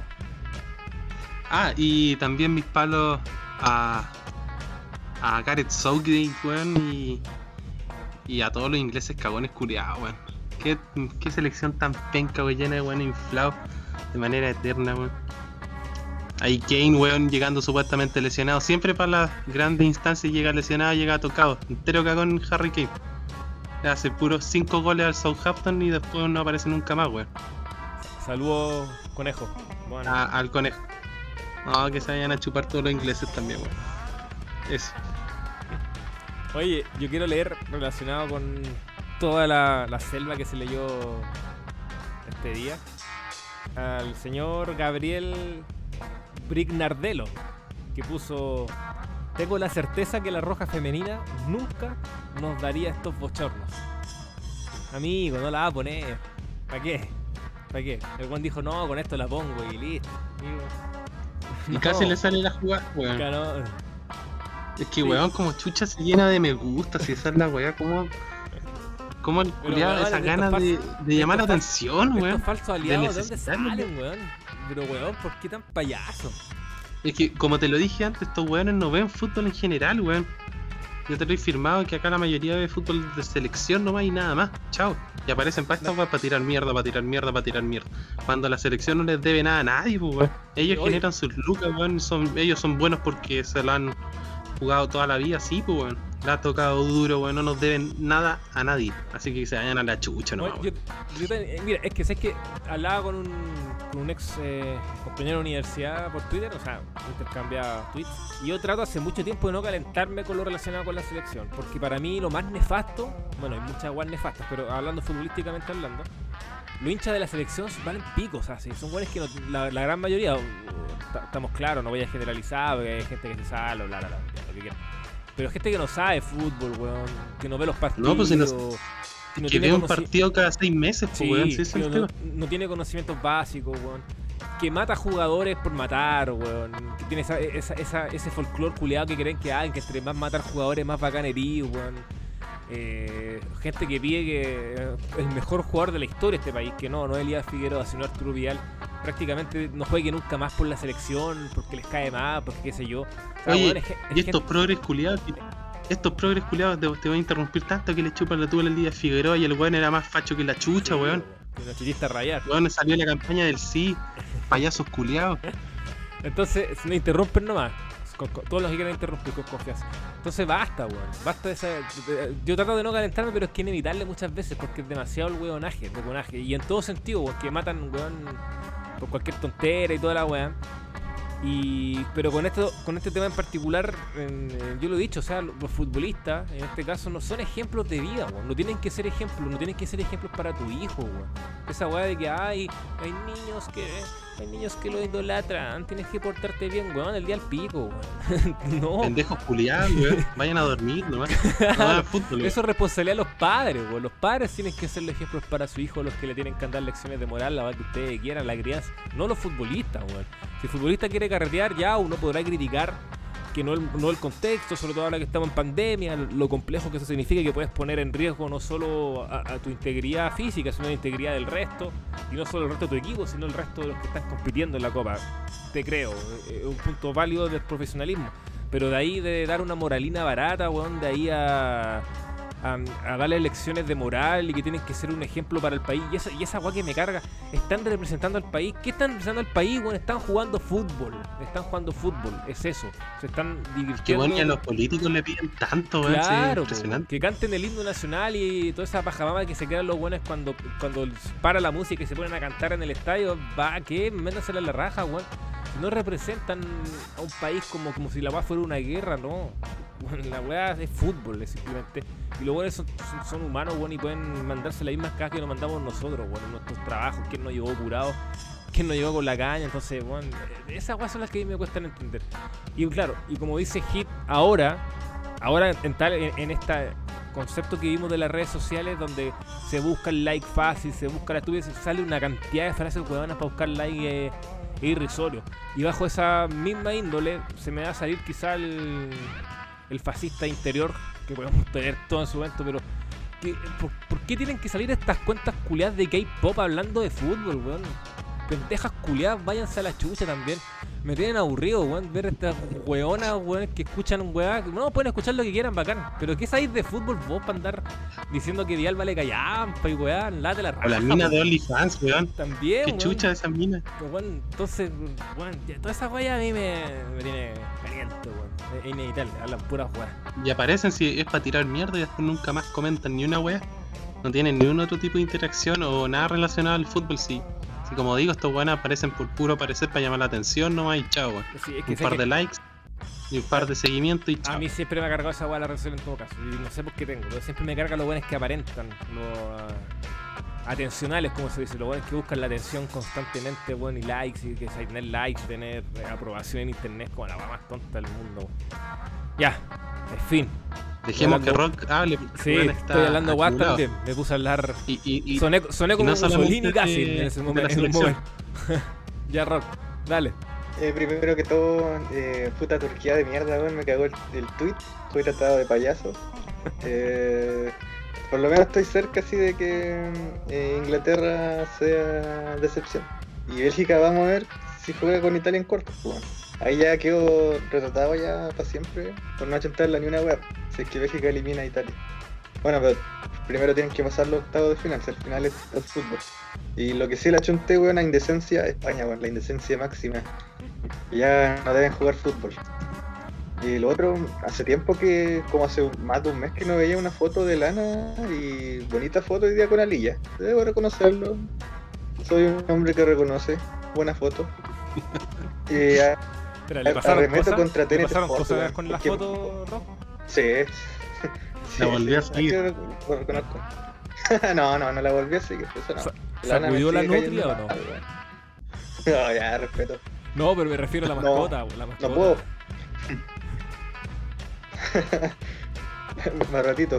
Ah, y también mis palos a Gareth Southgate, weón, y a todos los ingleses cagones culiados, weón. Qué selección tan penca, weón, llena de weón inflados de manera eterna, weón. Ahí Kane, weón, llegando supuestamente lesionado. Siempre para las grandes instancias llega lesionado, llega tocado. Entero cagón Harry Kane. Le hace puros 5 goles al Southampton y después no aparece nunca más, weón. Saludos, conejo. Bueno, Al conejo. No, que se vayan a chupar todos los ingleses también, weón. Eso. oye, yo quiero leer relacionado con toda la selva que se leyó este día al señor Gabriel Brignardello, que puso: tengo la certeza que la roja femenina nunca nos daría estos bochornos. Amigo, no la va a poner. ¿Para qué? ¿Para qué? El Juan dijo: no, con esto la pongo y listo. Amigo. Y No, casi le sale la jugada, weón. acá no. Es que, weón, como chucha se llena de me gusta, si esa es la weá, como el culiado, weón, esa estos ganas de llamar la atención, weón. Estos falsos aliados, ¿de dónde necesitarlo, salen, weón? Pero, weón, ¿por qué tan payaso? Es que, como te lo dije antes, estos weones no ven fútbol en general, weón. Yo te lo he firmado que acá la mayoría ve fútbol de selección nomás y nada más. Chao. Y aparecen para estas weas para tirar mierda, para tirar mierda, para tirar mierda. Cuando la selección no les debe nada a nadie, pues, weón. Ellos Oye. generan sus lucas, weón. Ellos son buenos porque se la han jugado toda la vida, sí, pues, weón. La ha tocado duro, weón. No nos deben nada a nadie. Así que se vayan a la chucha, no. Bueno, mira, es que sé que hablaba con un ex compañero de universidad por Twitter, o sea, intercambiaba tweets, y yo trato hace mucho tiempo de no calentarme con lo relacionado con la selección, porque para mí lo más nefasto, bueno, hay muchas guas nefastas, pero hablando futbolísticamente hablando, los hinchas de la selección valen picos, o sea, sí, son guanes que no, la gran mayoría, estamos claros, no voy a generalizar, porque hay gente que se sabe, bla, lo que quieran. Pero gente que no sabe fútbol, weón, que no ve los partidos. No, pues si no- que no que tiene ve un conoci- partido cada 6 meses, pues, Sí, weón. Sí, es el pero tema. no tiene conocimientos básicos, weón. Que mata jugadores por matar, weón. Que tiene ese folclore culiado que creen que hay, que entre más matar jugadores, más bacanería, weón. Gente que pide que el mejor jugador de la historia de este país, que no es Elías Figueroa, sino Arturo Vidal, prácticamente no juegue nunca más por la selección, porque les cae mal, porque qué sé yo. O sea, Oye, weón, y estos progres culiados, te voy a interrumpir tanto que le chupan la tuba el día a Figueroa y el weón era más facho que la chucha, weón. Que nos chillista a rayar. Weón, salió la campaña del sí, payasos culiados. Entonces, si me interrumpen nomás, todos los que quieran interrumpir con confianza. Entonces basta, weón. Basta de esa. Yo trato de no calentarme, pero es que inevitable muchas veces porque es demasiado el weonaje. Y en todo sentido, weón, que matan, weón, por cualquier tontera y toda la weón. Pero con este tema en particular, yo lo he dicho, o sea, los futbolistas, en este caso, no son ejemplos de vida, weón. No tienen que ser ejemplos, para tu hijo, weón. Esa weá de que hay niños que lo idolatran, tienes que portarte bien, weón, el día al pico, weón. No. Pendejos culiados, weón. Vayan a dormir nomás. No hagan fútbol, weón. Eso es responsabilidad de los padres, weón. Los padres tienen que ser ejemplos para su hijo, los que le tienen que dar lecciones de moral, la verdad que ustedes quieran, la crianza. No los futbolistas, weón. Si el futbolista quiere carretear, ya uno podrá criticar que no el contexto, sobre todo ahora que estamos en pandemia, lo complejo que eso significa, que puedes poner en riesgo no solo a tu integridad física, sino la integridad del resto, y no solo el resto de tu equipo, sino el resto de los que están compitiendo en la Copa. Te creo, es un punto válido del profesionalismo, pero de ahí de dar una moralina barata, weón, de ahí a darle lecciones de moral y que tienen que ser un ejemplo para el país, y esa weá que me carga. Están representando al país. ¿Qué están representando al país, weón? Están jugando fútbol, es eso, se están divirtiendo. Que bueno, y a los políticos le piden tanto, weón. Claro, sí, impresionante. que canten el himno nacional y toda esa pajamama que se quedan los buenos cuando para la música y se ponen a cantar en el estadio. Métansela en la raja, weón. No representan a un país como si la weá fuera una guerra, no. Bueno, la weá es fútbol, es simplemente. Y los weones son humanos, weón, y pueden mandarse las mismas cajas que nos mandamos nosotros, weón, en nuestros trabajos. ¿Quién nos llevó curado? ¿Quién nos llevó con la caña? Entonces, weón, esas weas son las que a mí me cuestan entender. Y claro, y como dice Hit, ahora en este concepto que vimos de las redes sociales, donde se busca el like fácil, se busca la estupidez, sale una cantidad de frases huevonas para buscar like irrisorio. Y bajo esa misma índole se me va a salir quizá el fascista interior que podemos tener todo en su momento, pero ¿por qué tienen que salir estas cuentas culiadas de K-pop hablando de fútbol, weón? Pendejas culiadas, váyanse a la chucha también. Me tienen aburrido, weón, ver estas weonas, weón, que escuchan un weá. No, pueden escuchar lo que quieran, bacán. Pero ¿qué sabéis de fútbol vos para andar diciendo que Dial vale callampa y weá? Late la raja. O la mina de OnlyFans, weón. También, qué weón. Chucha esa mina. Pues, weón, entonces, weón, toda esa weá a mí me tiene caliente, weón. Es inevitable, hablan puras weas. Y aparecen si es para tirar mierda y después nunca más comentan ni una weá. No tienen ni un otro tipo de interacción o nada relacionado al fútbol, sí. Sí, como digo, estos weones aparecen por puro aparecer para llamar la atención nomás y chao, weón. Sí, es que un par de likes y un par de seguimientos y chao. A mí siempre me ha cargado esa weá la relación en todo caso. Y no sé por qué tengo, pero siempre me carga los buenos que aparentan, los atencionales, como se dice, los buenos que buscan la atención constantemente, weón, y likes, y que tener likes, tener aprobación en internet, como la weá más tonta del mundo, weón. Ya, en fin. Dejemos que Rock hable. Sí, estoy hablando guay también. Me puse a hablar. Soné como no Mussolini casi en ese momento. Ya, Rock, dale. Primero que todo, puta Turquía de mierda, weón, me cagó el tweet. Fui tratado de payaso. Por lo menos estoy cerca así de que Inglaterra sea decepción. Y Bélgica vamos a ver si juega con Italia en cuartos, weón. Ahí ya quedó retratado ya para siempre por no achentarla ni una web. Si es que Bélgica elimina a Italia. Bueno, pero primero tienen que pasar los octavos de final, si al final es el fútbol. Y lo que sí le achunté, weón, a indecencia, España, weón, la indecencia máxima. Ya no deben jugar fútbol. Y lo otro, hace tiempo que, como hace más de un mes que no veía una foto de Lana y bonita foto hoy día con Alilla. Debo reconocerlo. Soy un hombre que reconoce. Buena foto. Pero ¿le pasaron cosas con la foto, Rock? Sí. La volví a seguir. Lo reconozco. No la volví a seguir. Eso no. ¿Sacudió la nutria o no? No, ya, respeto. No, pero me refiero a la mascota. La mascota. No puedo. Más ratito.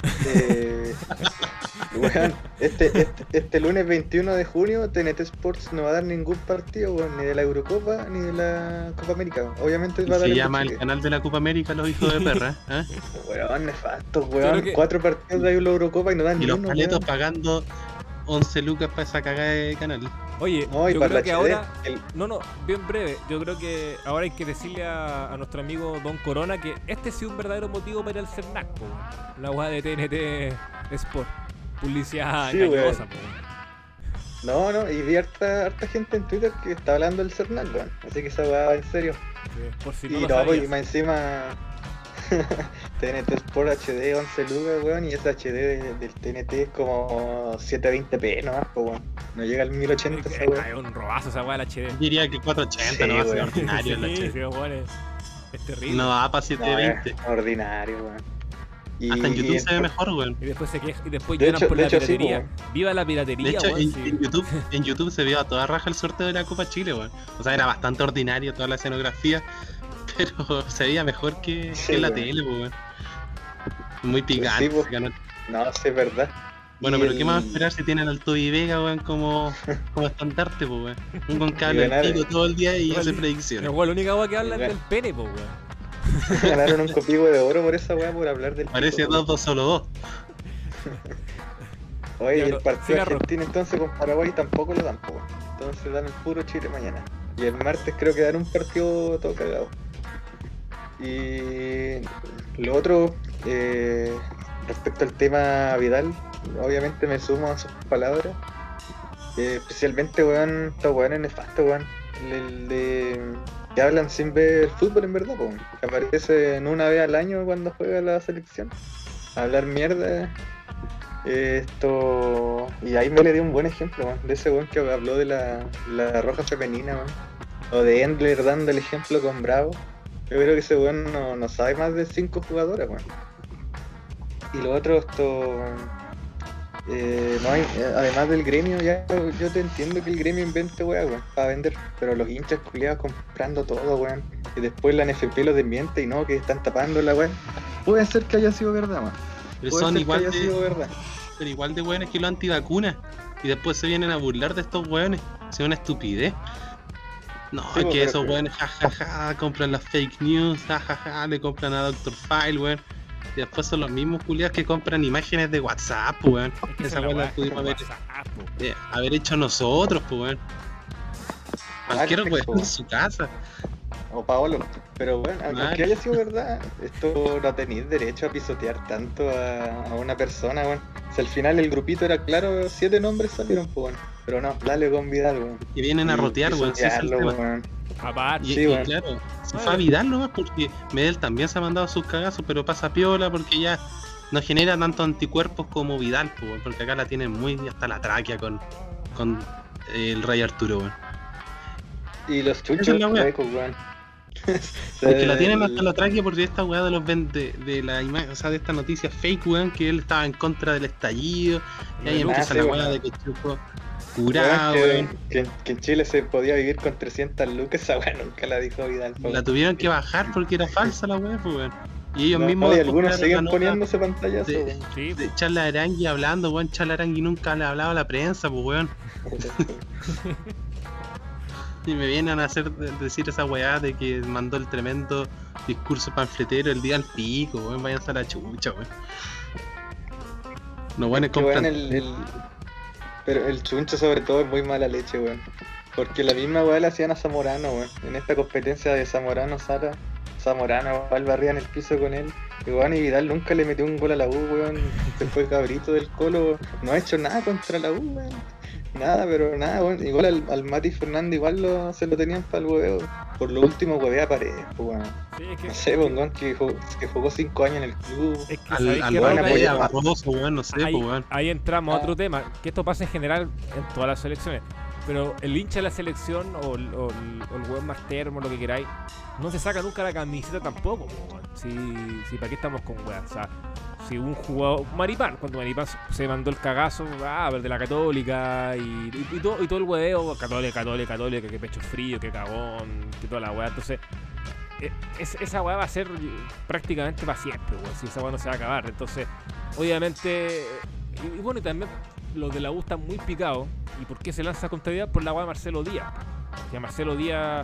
Bueno, este lunes 21 de junio TNT Sports no va a dar ningún partido, bueno, ni de la Eurocopa ni de la Copa América. Obviamente va a dar. Se llama el canal de la Copa América Los Hijos de Perra, ¿eh? Weón, nefasto, weón. 4 partidos de la Eurocopa y no dan ni uno. Y los paletos pagando 11 lucas para esa cagada de canal. Oye, No, y yo para creo la que HD, ahora... No, bien breve. Yo creo que ahora hay que decirle a nuestro amigo Don Corona que este sí es un verdadero motivo para ir al CERNAC, po, weón. La weá de TNT Sport. Publicidad Sí, engañosa, weón. po, weón. No, y vi harta gente en Twitter que está hablando del CERNAC, weón. Así que esa weá va en serio. Sí, por si no Y lo no, pues, y sabías. más encima TNT Sport HD 11 lucas, weón, y ese HD del TNT es como 720p nomás, pues, weón. No llega al 1080 esa weón. Es un robazo esa weá del HD. Diría que 480 Sí, no va a ser weón. ordinario el Sí, HD. sí, weón, es terrible. No va para No, 720. es ordinario, weón. Y, Hasta en YouTube se ve y- mejor, weón. Y después se queja, y después De lloran hecho- por de la hecho, sí, piratería. po. Viva la De piratería, hecho, weón. sí. en YouTube se vio a toda raja el sorteo de la Copa Chile, weón. O sea, era bastante ordinario toda la escenografía, pero se veía mejor que Sí, en la weón. tele, weón. Muy picante. Sí, po. se ganó. No, sí, es verdad. Bueno, Y pero ¿qué más va a el- esperar si tienen al Toby Vega, weón, como estandarte, po, weón? Un con que Y habla ganar- el pico todo el día y todo el hace día. predicciones. Pero, weón, la única weá que habla es Igual. del pene, po, weón. Ganaron un copigo de oro por esa weá, por hablar del Parece pico, weón. 2-2 solo 2. Oye, Ya, y el no, partido siga, Ro. argentino entonces con Paraguay tampoco lo dan, po, weón. Entonces dan el puro Chile mañana. Y el martes creo que dan un partido todo cagado. Y lo otro, respecto al tema Vidal, obviamente me sumo a sus palabras. Especialmente, weón, estos weones nefastos, weón. El de que hablan sin ver fútbol en verdad, po. Que aparecen una vez al año cuando juega la selección. A hablar mierda. Esto. Y ahí me le dio un buen ejemplo, weón, de ese weón que habló de la roja femenina, weón. O de Endler dando el ejemplo con Bravo. Yo creo que ese weón no sabe más de 5 jugadoras, weón. Y lo otro, esto. No hay, además del gremio, ya yo te entiendo que el gremio invente weá, weón, para vender. Pero los hinchas culiados comprando todo, weón. Y después la NFP los desmiente y no, que están tapando la weá. Puede ser que haya sido verdad, weón. Pero Puede son ser igual que haya sido de, verdad. pero igual de weones que los antivacunas. Y después se vienen a burlar de estos weones. Es una estupidez. No, Sí, es que pero- esos weones, jajaja, compran las fake news, jajaja, le compran a Dr. File, weón. Y después son los mismos culiados que compran imágenes de WhatsApp, weón. Es que Esa esa weá weá la es pudimos como haber, WhatsApp, po. haber hecho nosotros, pues, weón. Cualquier Claro, weón po. en su casa. O Paolo. Pero bueno, Claro. aunque haya sido verdad, esto no tenéis derecho a pisotear tanto a una persona, weón. Si al final el grupito era claro, 7 nombres salieron, pues, weón. Pero no, dale con Vidal, weón. Y vienen a rotear, weón. Sí, ese es el Pisotearlo, tema. weón. Aparte. Y, Sí, y weón. claro, se Bueno. fue a Vidal nomás porque Medel también se ha mandado sus cagazos, pero pasa piola porque ya no genera tantos anticuerpos como Vidal, pues, weón, porque acá la tienen muy hasta la tráquea con el Rey Arturo, weón. Y los Esa chuchos, es la weá. locos, weón. Porque la tienen El- hasta la tráquea por esta weá de los de la imagen, o sea, de esta noticia fake, weón, que él estaba en contra del estallido, y ahí Ah, empieza sí, la weón. weá de que Chuco weón, curado, que, weón. que en Chile se podía vivir con 300 lucas, esa weá nunca la dijo Vidal, po, La weón. tuvieron que bajar porque era falsa la weá, pues, weón. Y ellos No, mismos y algunos postearon siguen la nota poniéndose pantallazo, de- weón. Sí, de Charla Arangui hablando, weón. Charla Arangui nunca le hablaba a la prensa, pues, weón. Y me vienen a hacer decir esa weá de que mandó el tremendo discurso panfletero el día al pico, weón. Váyanse a la chucha, weón. No, bueno, Que, weón, compran. pero el chuncho sobre todo es muy mala leche, weón. Porque la misma weá le hacían a Zamorano, weón. En esta competencia de Zamorano, Sara, Zamorano, igual barría en el piso con él. Y weón, y Vidal nunca le metió un gol a la U, weón. Se fue cabrito del Colo. No ha hecho nada contra la U, weón. Nada, pero nada, weón. Igual al Mati Fernández igual se lo tenían para el hueveo. Por lo último huevea Paredes, pues, weón. sí, es que. No sé, weón, que jugó 5 años en el club. Es que Al ¿sabéis qué, weón Roca? apoya- a Barroso, weón, no sé, ahí, pues, weón. ahí entramos a Ah. otro tema, que esto pasa en general en todas las selecciones. Pero el hincha de la selección o el weón más termo, lo que queráis, no se saca nunca la camiseta tampoco, po, weón. Si para qué estamos con weón. O sea, si un jugador, Maripán, cuando Maripán se mandó el cagazo, ver de la Católica y todo el hueveo, Católica, que pecho frío, que cagón, que toda la weá. Entonces, esa weá va a ser prácticamente para siempre, weón. Si esa weá no se va a acabar. Entonces, obviamente, y bueno, y también los de la U están muy picados. ¿Y por qué se lanza contra Vidal? Por la weá de Marcelo Díaz. Que a Marcelo Díaz,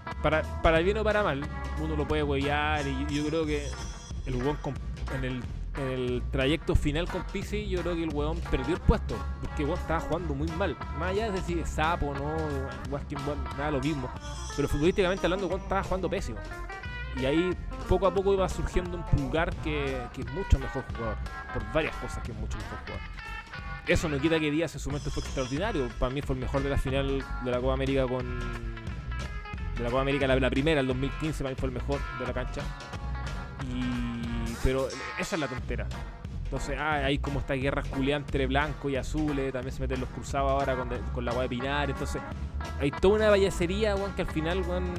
para bien o para mal, uno lo puede huevear. Y yo creo que el weón en el en el trayecto final con Pizzi, yo creo que el weón perdió el puesto, porque el weón estaba jugando muy mal. Más allá de si es sapo o no, nada lo mismo. Pero futbolísticamente hablando, el weón estaba jugando pésimo. Y ahí poco a poco iba surgiendo un Pulgar que es mucho mejor jugador, por varias cosas que es mucho mejor jugador. Eso no quita que Díaz en su momento fue extraordinario. Para mí fue el mejor de la final de la Copa América la primera, el 2015, para mí fue el mejor de la cancha. Pero esa es la tontera. Entonces, hay como esta guerra culiada entre blanco y azules. También se meten los cruzados ahora con la weá de Pinar. Entonces, hay toda una payasería, weón, que al final, weón,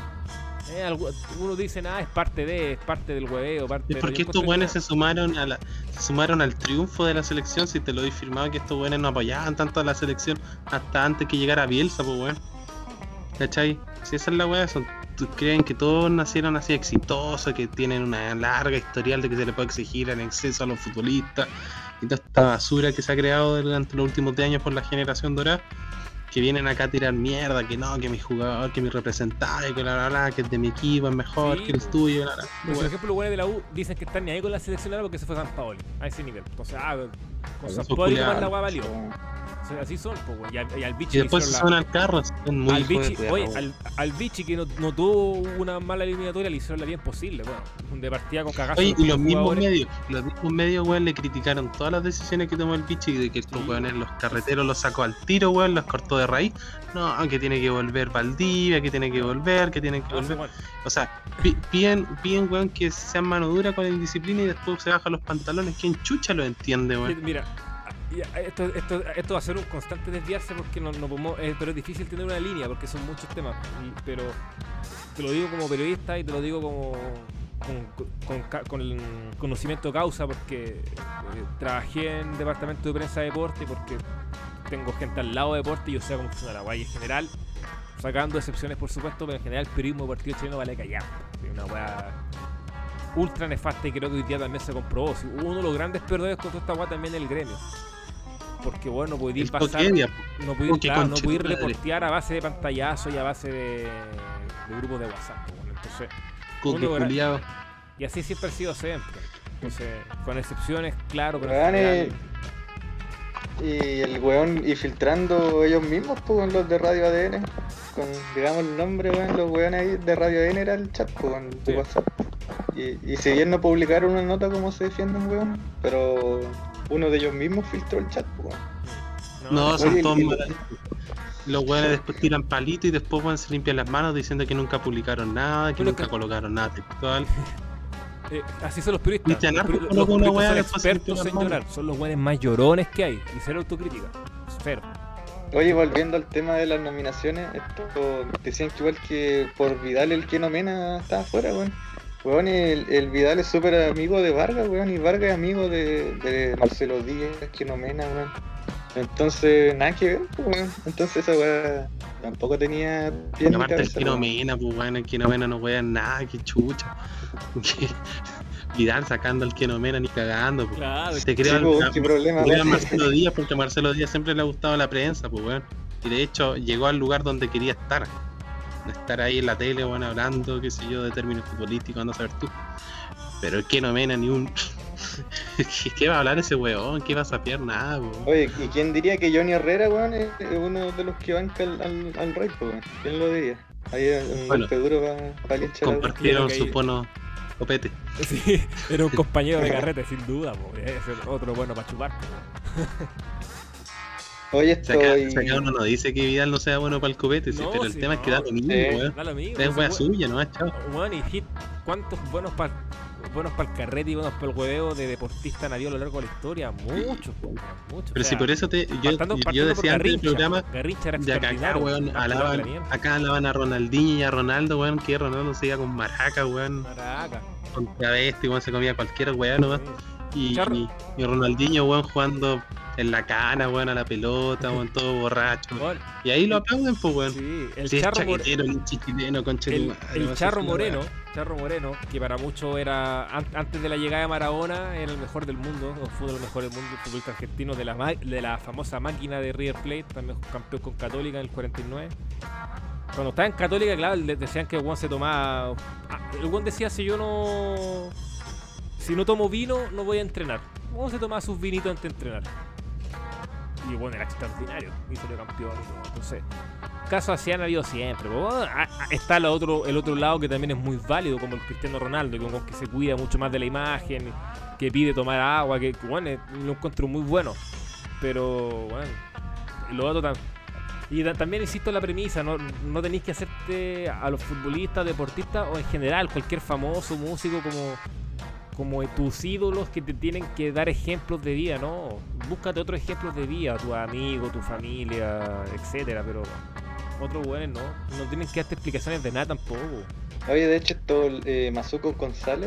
uno dice, es parte del hueveo. ¿Y por qué estos weones se sumaron al triunfo de la selección? Si te lo he firmado que estos weones no apoyaban tanto a la selección hasta antes que llegara Bielsa, pues weón. ¿Cachai? Si esa es la weá, creen que todos nacieron así exitosos, que tienen una larga historial de que se le puede exigir en exceso a los futbolistas y toda esta basura que se ha creado durante los últimos 10 años por la generación dorada, que vienen acá a tirar mierda, que no, que mi jugador, que mi representante, que que el de mi equipo es mejor, sí, que el tuyo, Pero por ejemplo, los güeyes de la U dicen que están ni ahí con la selección porque se fue San Paoli, a ese nivel. Entonces, con San Paoli más la weá valió. O sea, así son, pues, y al Vichy. Y después se suenan al carro, son muy al Vichy, al Vichy que no tuvo una mala eliminatoria, le hicieron la bien posible, bueno, de partida con cagazo. Oye, y los mismos medios, weón, le criticaron todas las decisiones que tomó el Vichy, de que estos weones, los carreteros los sacó al tiro, weón, los cortó de raíz. No, que tiene que volver Valdivia, que tiene que volver. O sea, piden, weón, que sean mano dura con la indisciplina y después se bajan los pantalones. ¿Quién chucha lo entiende, weón? Mira, esto va a ser un constante desviarse porque no podemos, pero es difícil tener una línea porque son muchos temas. Pero te lo digo como periodista y te lo digo como con conocimiento de causa, porque trabajé en departamento de prensa de deporte, porque tengo gente al lado de deporte y yo sé cómo funciona la guay en general, sacando excepciones por supuesto, pero en general el periodismo deportivo chileno vale callar. Una weá ultra nefasta, y creo que hoy día también se comprobó. Uno de los grandes perdedores con toda esta weá también es el gremio, porque bueno, no podía pasar, no podía reportear a base de pantallazo y a base de grupos de WhatsApp. Entonces, y así siempre ha sido siempre. Entonces, con excepciones, claro, pero y el weón, y filtrando ellos mismos, pues, los de Radio ADN, con, digamos, el nombre, weón, los weones ahí de Radio ADN era el chat, pues, en WhatsApp. Y si bien no publicaron una nota como se defienden, weón, pero uno de ellos mismos filtró el chat, pues, weón. No, son todos malos. Los weones después tiran palito y después, weón, se limpian las manos diciendo que nunca publicaron nada, que nunca colocaron nada textual. Así son los periodistas. Los son expertos en llorar. Son los buenos más llorones que hay. Y cero autocrítica. Cero. Oye, volviendo al tema de las nominaciones, esto decían que igual que por Vidal el Keno Mena estaba afuera, weón. Weón, el Vidal es súper amigo de Vargas, weón, y Vargas es amigo de Marcelo Díaz, Keno Mena, weón. Entonces, nada que ver, pues, weón. Entonces esa weá tampoco tenía pie ni aparte cabeza. El Keno Mena, pues, weón, el Keno Mena no weá nada, que chucha. Vidal sacando al Keno Mena ni cagando, pues. Claro, se creo ¿qué problema? A Marcelo Díaz, porque a Marcelo Díaz siempre le ha gustado la prensa, pues, weón. Y de hecho llegó al lugar donde quería estar ahí en la tele, weón, hablando, qué sé yo, de términos futbolísticos, anda a saber tú. Pero el Keno Mena ni un... ¿Qué va a hablar ese weón? ¿Qué va a sapear? Nada, weón. Oye, ¿y quién diría que Johnny Herrera, weón, es uno de los que banca al Rey, weón? ¿Quién lo diría? Ahí un golpe duro para el hincha. Compartieron su pono copete. Sí, era un compañero de carrete, sin duda, po. Es otro bueno para chupar, po. Oye, acá uno no dice que Vidal no sea bueno para el copete, no, pero el tema es que da lo mismo, weón. Da lo mismo. Es wea suya, ¿no? Chao. Weón, y hit, ¿cuántos buenos para el carrete y buenos para el hueveo de deportista han habido a lo largo de la historia? Muchos. Pero o sea, si por eso yo decía antes del programa de acá, weón, acá alaban a Ronaldinho y a Ronaldo, weón, que Ronaldo se iba con maraca, weón. Con travesti, weón, se comía cualquier weón nomás. Y Ronaldinho, weón, jugando en la cana, weón, a la pelota, weón, todo borracho. Bueno, y ahí lo aplauden, pues, weón. Sí, el Charro Moreno, Charro Moreno, que para muchos era, antes de la llegada de Maradona, era el mejor del mundo, o fue el mejor del mundo, el futbolista argentino de la famosa máquina de River Plate, también campeón con Católica en el 49. Cuando estaba en Católica, claro, decían que el weón se tomaba... El weón decía, si si no tomo vino, no voy a entrenar. ¿Cómo se tomaba sus vinitos antes de entrenar? Y bueno, era extraordinario. Y salió campeón y todo. Entonces, casos así han habido siempre. Pero, bueno, está el otro lado que también es muy válido, como el Cristiano Ronaldo, que se cuida mucho más de la imagen, que pide tomar agua, que bueno, lo encuentro muy bueno. Pero, bueno, lo otro también. Y también insisto en la premisa, no tenéis que hacerte a los futbolistas, deportistas o en general cualquier famoso músico como tus ídolos que te tienen que dar ejemplos de vida, ¿no? Búscate otros ejemplos de vida, tu amigo, tu familia, etcétera, pero otros buenos no tienen que darte explicaciones de nada tampoco. Oye, de hecho, Mazuco González,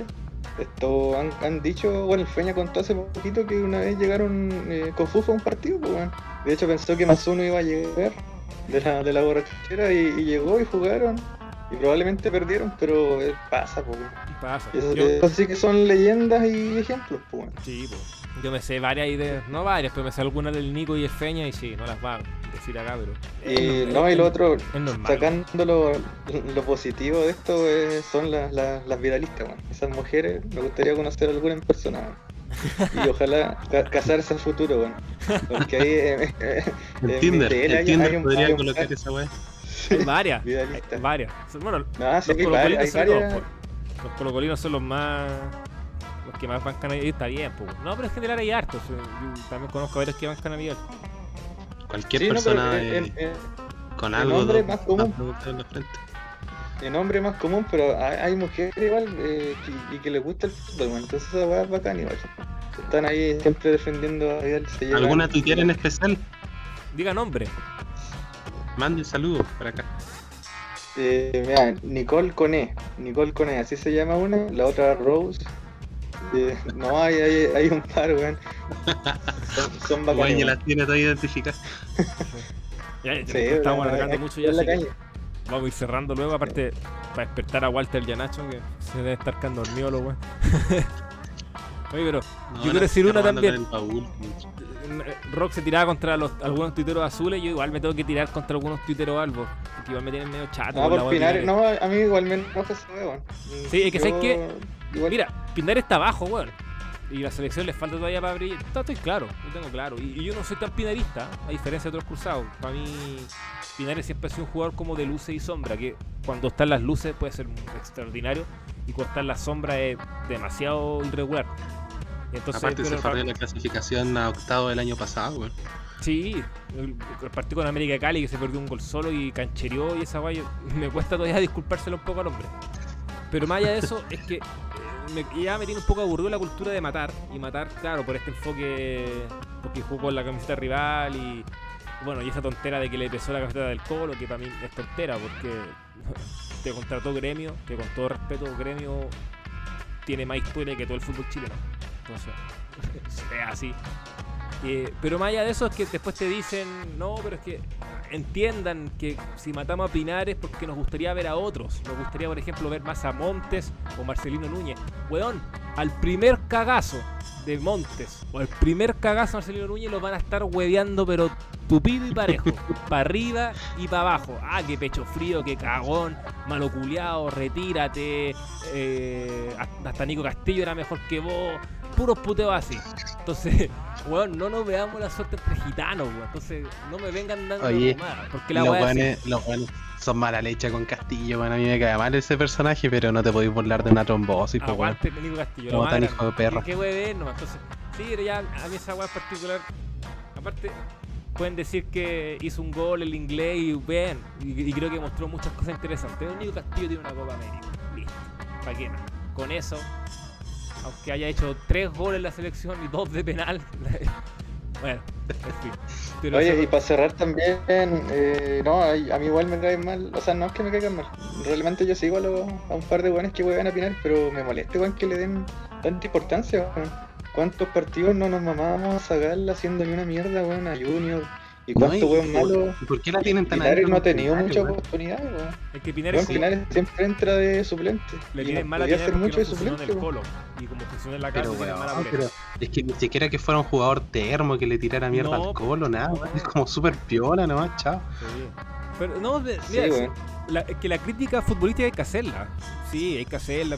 han dicho, bueno, el Feña contó hace poquito que una vez llegaron con Fufo a un partido, pues, bueno. De hecho pensó que Mazuno iba a llegar de la borrachera y llegó y jugaron y probablemente perdieron, pero pasa, pues. Pasa. Eso sí que son leyendas y ejemplos, pues. Sí, pues. Yo me sé varias ideas, no varias, pero me sé algunas del Nico y el Feña y sí, no las va a decir acá, pero... Y lo otro, es normal. sacando lo positivo de esto, son las viralistas, man. Esas mujeres, me gustaría conocer alguna en persona, man. Y ojalá casarse a futuro, bueno. Porque ahí el Tinder podría colocar esa weá. Hay varias, Viralistas. varias. Bueno, Sí, los colocolinos hay varias. los colocolinos son los que más bancan a Vidal, está bien, pues. No, pero en general hay hartos. Yo también conozco a varios que bancan a Vidal. Cualquier Sí, no, persona pero con en algo hombre más común. en la frente. En hombre más común, pero hay mujeres igual y que les gusta el fútbol, bueno. Entonces esa weá es bacán igual. Están ahí siempre defendiendo a Vidal. ¿Alguna tuitera en especial? Diga nombre. Mande saludos para acá. Mira, Nicole Coné, así se llama una, la otra Rose. No, hay un par, weón. Son bacanes. Bueno, ya las tiene todas identificadas. Ya, Sí, estamos alargando mucho ya, en la así que calle. vamos a ir cerrando luego, aparte para despertar a Walter Yanacho, que se debe estar quedando dormido los weón. Oye, pero yo quiero decir una también. Rock se tiraba contra algunos tuiteros azules, yo igual me tengo que tirar contra algunos tuiteros albos, porque igual me tienen medio chato. No, con la por weá de Pinares, Pinares. no, a mí igual me enoja ese weón. Sí, es que ¿sabes qué? Igual, Mira, Pinares está abajo, weón. Y la selección les falta todavía para brillar. Estoy claro, yo tengo claro. Y yo no soy tan pinarista, a diferencia de otros cruzados. Para mí, Pinares siempre ha sido un jugador como de luces y sombra, que cuando están las luces puede ser extraordinario, y cuando están las sombras es demasiado irregular. Entonces, Aparte se pero, fue de la clasificación a octavo del año pasado, güey. sí, el partido con América de Cali que se perdió un gol solo y canchereó y esa guay, me cuesta todavía disculpárselo un poco al hombre. Pero más allá de eso, es que ya me tiene un poco aburrido la cultura de matar. Y matar, claro, por este enfoque, porque jugó con la camiseta rival y bueno, y esa tontera de que le pesó la camiseta del Colo, que para mí es tontera porque te contrató Gremio, que con todo respeto, Gremio tiene más historia que todo el fútbol chileno. Entonces, es así. Pero más allá de eso es que después te dicen, no, pero es que entiendan que si matamos a Pinares porque nos gustaría ver a otros. Nos gustaría, por ejemplo, ver más a Montes o Marcelino Núñez. Weón, al primer cagazo de Montes o al primer cagazo de Marcelino Núñez los van a estar hueveando, pero tupido y parejo. Para arriba y para abajo. Ah, qué pecho frío, qué cagón, malo culiao, retírate. Hasta Nico Castillo era mejor que vos. Puros puteos así. Entonces, weón, no nos veamos la suerte entre gitanos, weón. Entonces, no me vengan dando más. Porque la weá los buenos son mala leche con Castillo, bueno, a mí me cae mal ese personaje, pero no te podéis burlar de una trombosis, pues, weón. aguante Nico Castillo. Como tan hijo de perra. Qué weón, no. Entonces, sí, pero ya a mí esa weá en particular. Aparte, pueden decir que hizo un gol el inglés y bien, y creo que mostró muchas cosas interesantes. Pero Nico Castillo tiene una Copa América. Listo. ¿Para qué más? Con eso, aunque haya hecho 3 goles en la selección y 2 de penal. Bueno, en fin. Pero oye, eso... y para cerrar también, no, a mí igual me cae mal, o sea, no es que me caigan mal. Realmente yo sigo a un par de buenos que juegan a Pinar, pero me molesta, weón, que le den tanta importancia, weón. ¿Cuántos partidos no nos mamábamos a sacarla haciéndole una mierda, weón, a Junior? ¿Y cuántos weón malos? ¿Por qué la tienen tan Pinares ahí no ha tenido como muchas weón? oportunidades, weón. Es que Pinares, Pinares siempre entra de suplente. le y tienen no mala podía Pinares hacer porque mucho no de funcionó en suplente, el weón. Colo. Y como funcionó en la casa, Pero, tienen mala weón, Pinares. pero es que ni siquiera que fuera un jugador termo que le tirara mierda No, al Colo, nada, no. weón. Es como súper piola nomás, chao. Sí. Pero no, Sí, mira, weón. es que la crítica futbolística hay que hacerla. Sí, hay que hacerla con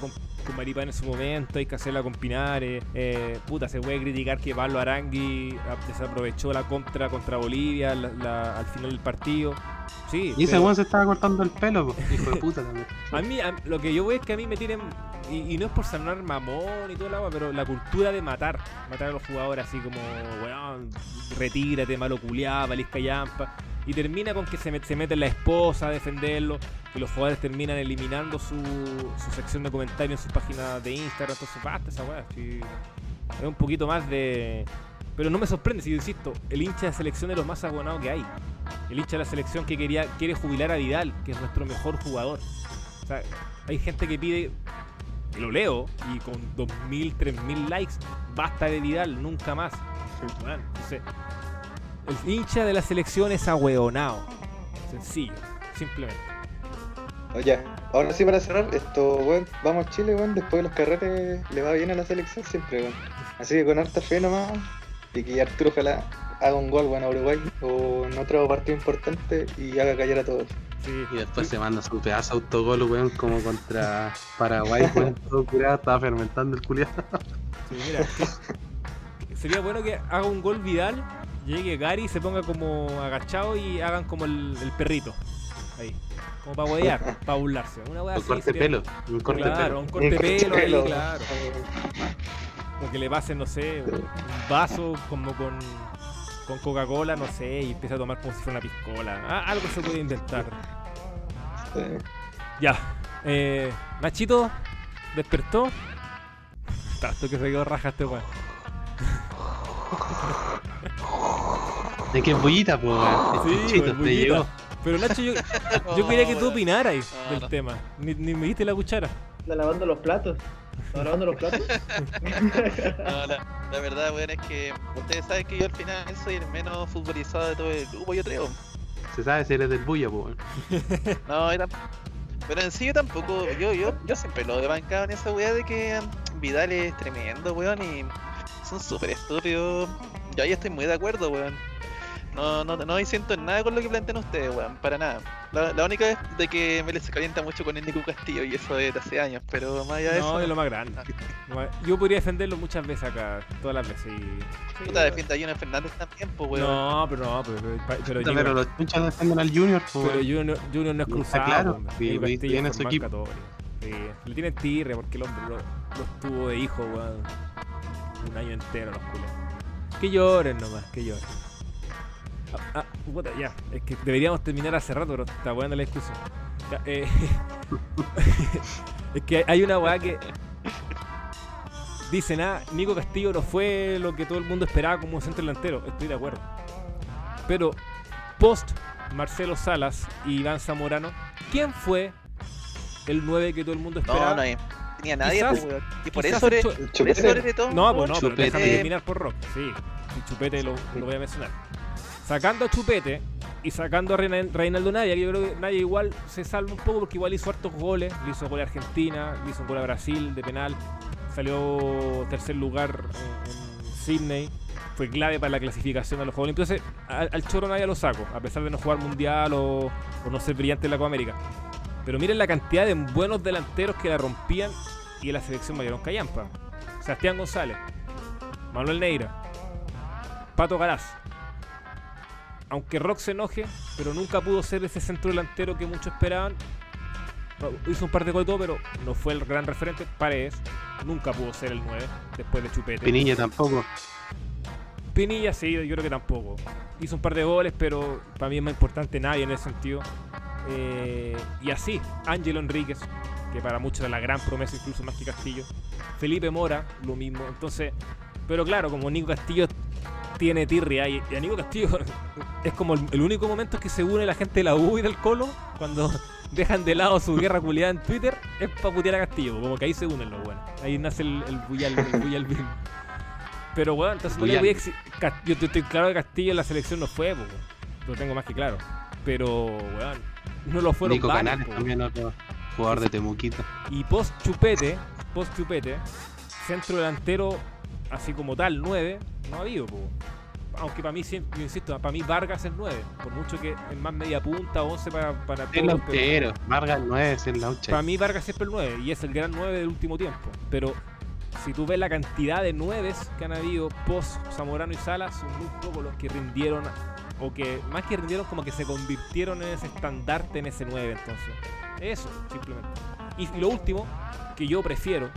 con Maripán en su momento, hay que hacerla con Pinares. Puta, se puede criticar que Pablo Arangui desaprovechó la contra Bolivia al final del partido. Sí, Y ese weón se estaba cortando el pelo, po, hijo de puta también. a mí, lo que yo veo es que a mí me tienen, y no es por sonar mamón y todo el agua, pero la cultura de matar a los jugadores así como, weón, retírate, malo culiado, valís callampa, y termina con que se mete la esposa a defenderlo, que los jugadores terminan eliminando su sección de comentarios en sus páginas de Instagram, entonces basta esa weá, sí, es un poquito más de... Pero no me sorprende, si yo insisto, el hincha de selección es lo más abonado que hay. El hincha de la selección que quiere jubilar a Vidal, que es nuestro mejor jugador. O sea, hay gente que pide, y lo leo, y con 2.000, 3.000 likes, basta de Vidal, nunca más. Bueno, entonces, el hincha de la selección es ahueonado. Sencillo, simplemente. Oye, ahora sí para cerrar, weón, vamos a Chile, weón, después de los carretes le va bien a la selección siempre, weón. Así que con harta fe nomás, y que Arturo ojalá haga un gol, weón, a Uruguay, o en otro partido importante, y haga callar a todos. Sí. Y después se manda su pedazo de autogol, weón, como contra Paraguay, weón, todo curado, estaba fermentando el culiado. Sí, mira, sería bueno que haga un gol Vidal, llegue Gary, se ponga como agachado y hagan como el perrito. Ahí. Como para huevear, para burlarse. Una hueá Un así. corte Sería... pelo, un corte claro, pelo. un corte pelo ahí, claro. Como que le pasen, no sé, un vaso como con Coca-Cola, no sé, y empieza a tomar como si fuera una piscola. Algo se puede inventar. Sí. Ya. Nachito, ¿despertó? Tanto que se quedó raja este weón. Es que es bullita, pues, weón. Sí, Es chichito, pues, te bullita. llegó. Pero Nacho, yo quería que tú opinaras del tema. Ni me diste la cuchara. Está lavando los platos. ¿Está lavando los platos? No, la verdad, weón, es que ustedes saben que yo al final soy el menos futbolizado de todo el grupo, yo creo. Se sabe si eres del bulla, pues, weón. No, pero en sí yo tampoco, yo siempre lo he bancado en esa weá de que Vidal es tremendo, weón, y son súper estúpidos. Yo ahí estoy muy de acuerdo, weón. No disiento en nada con lo que plantean ustedes, weón, para nada. La única es de que me les calienta mucho con el Nico Castillo y eso es de hace años, pero más allá de eso. No, es lo más grande. Yo podría defenderlo muchas veces acá, todas las veces. Y... Puta, defiende a Junior Fernández también, pues, weón. No, pero Pero los chuchas defienden al Junior, pues, pero weón. Junior no es Está cruzado. claro, hombre. sí, Nico Castillo tiene es su equipo. marcatorio. Sí, le tienen tirre porque el hombre los tuvo de hijo, weón. Un año entero los culos. Que lloren nomás, que lloren. Puta, ya, es que deberíamos terminar hace rato, pero está buena la discusión. Ya, es que hay una weá que dice Nico Castillo no fue lo que todo el mundo esperaba como un centro delantero, estoy de acuerdo. Pero post Marcelo Salas y Iván Zamorano, ¿quién fue el 9 que todo el mundo esperaba? No tenía nadie, Quizás- pues, weón. Y por quizás eso eres, Chupete. de todo. No, pues no, pero Chupete. déjame terminar por Rock. Sí, y Chupete lo voy a mencionar. Sacando a Chupete y sacando a Reinaldo Navia, que yo creo que Navia igual se salva un poco porque igual hizo hartos goles. Le hizo gol a Argentina, le hizo un gol a Brasil de penal. Salió tercer lugar en Sydney. Fue clave para la clasificación a los Juegos Olímpicos. Entonces, al Choro Navia lo saco, a pesar de no jugar mundial o no ser brillante en la Copa América. Pero miren la cantidad de buenos delanteros que la rompían y en la selección mayor callampa. Sebastián González, Manuel Neira, Pato Garaz. Aunque Rock se enoje, pero nunca pudo ser ese centro delantero que muchos esperaban. Hizo un par de goles y todo, pero no fue el gran referente. Paredes nunca pudo ser el 9 después de Chupete. Pinilla tampoco. Pinilla sí, yo creo que tampoco. Hizo un par de goles, pero para mí es más importante nadie en ese sentido. Y así, Ángelo Enríquez, que para muchos era la gran promesa, incluso más que Castillo. Felipe Mora, lo mismo. Entonces, pero claro, como Nico Castillo tiene tirria y a Nico Castillo es como el único momento que se une la gente de la U y del Colo cuando dejan de lado su guerra culiada en Twitter, es para putear a Castillo, como que ahí se unen los buenos. Ahí nace el Buyal. Pero bueno, entonces no le voy a yo estoy claro que Castillo en la selección no fue, po, lo tengo más que claro. Pero weón, no lo fueron Nico varios, Canales po. también, otro jugador de Temuquita. Y post Chupete, centro delantero así como tal, 9, no ha habido, po. aunque para mí, yo insisto, para mí Vargas es 9, por mucho que es más media punta, 11 para Es todos, lautero. Vargas 9 es el laucha. para mí Vargas siempre el 9 y es el gran 9 del último tiempo. Pero si tú ves la cantidad de 9 que han habido post Zamorano y Salas, son muy pocos los que rindieron, o que más que rindieron, como que se convirtieron en ese estandarte, en ese 9. Entonces, eso, simplemente. Y lo último, que yo prefiero,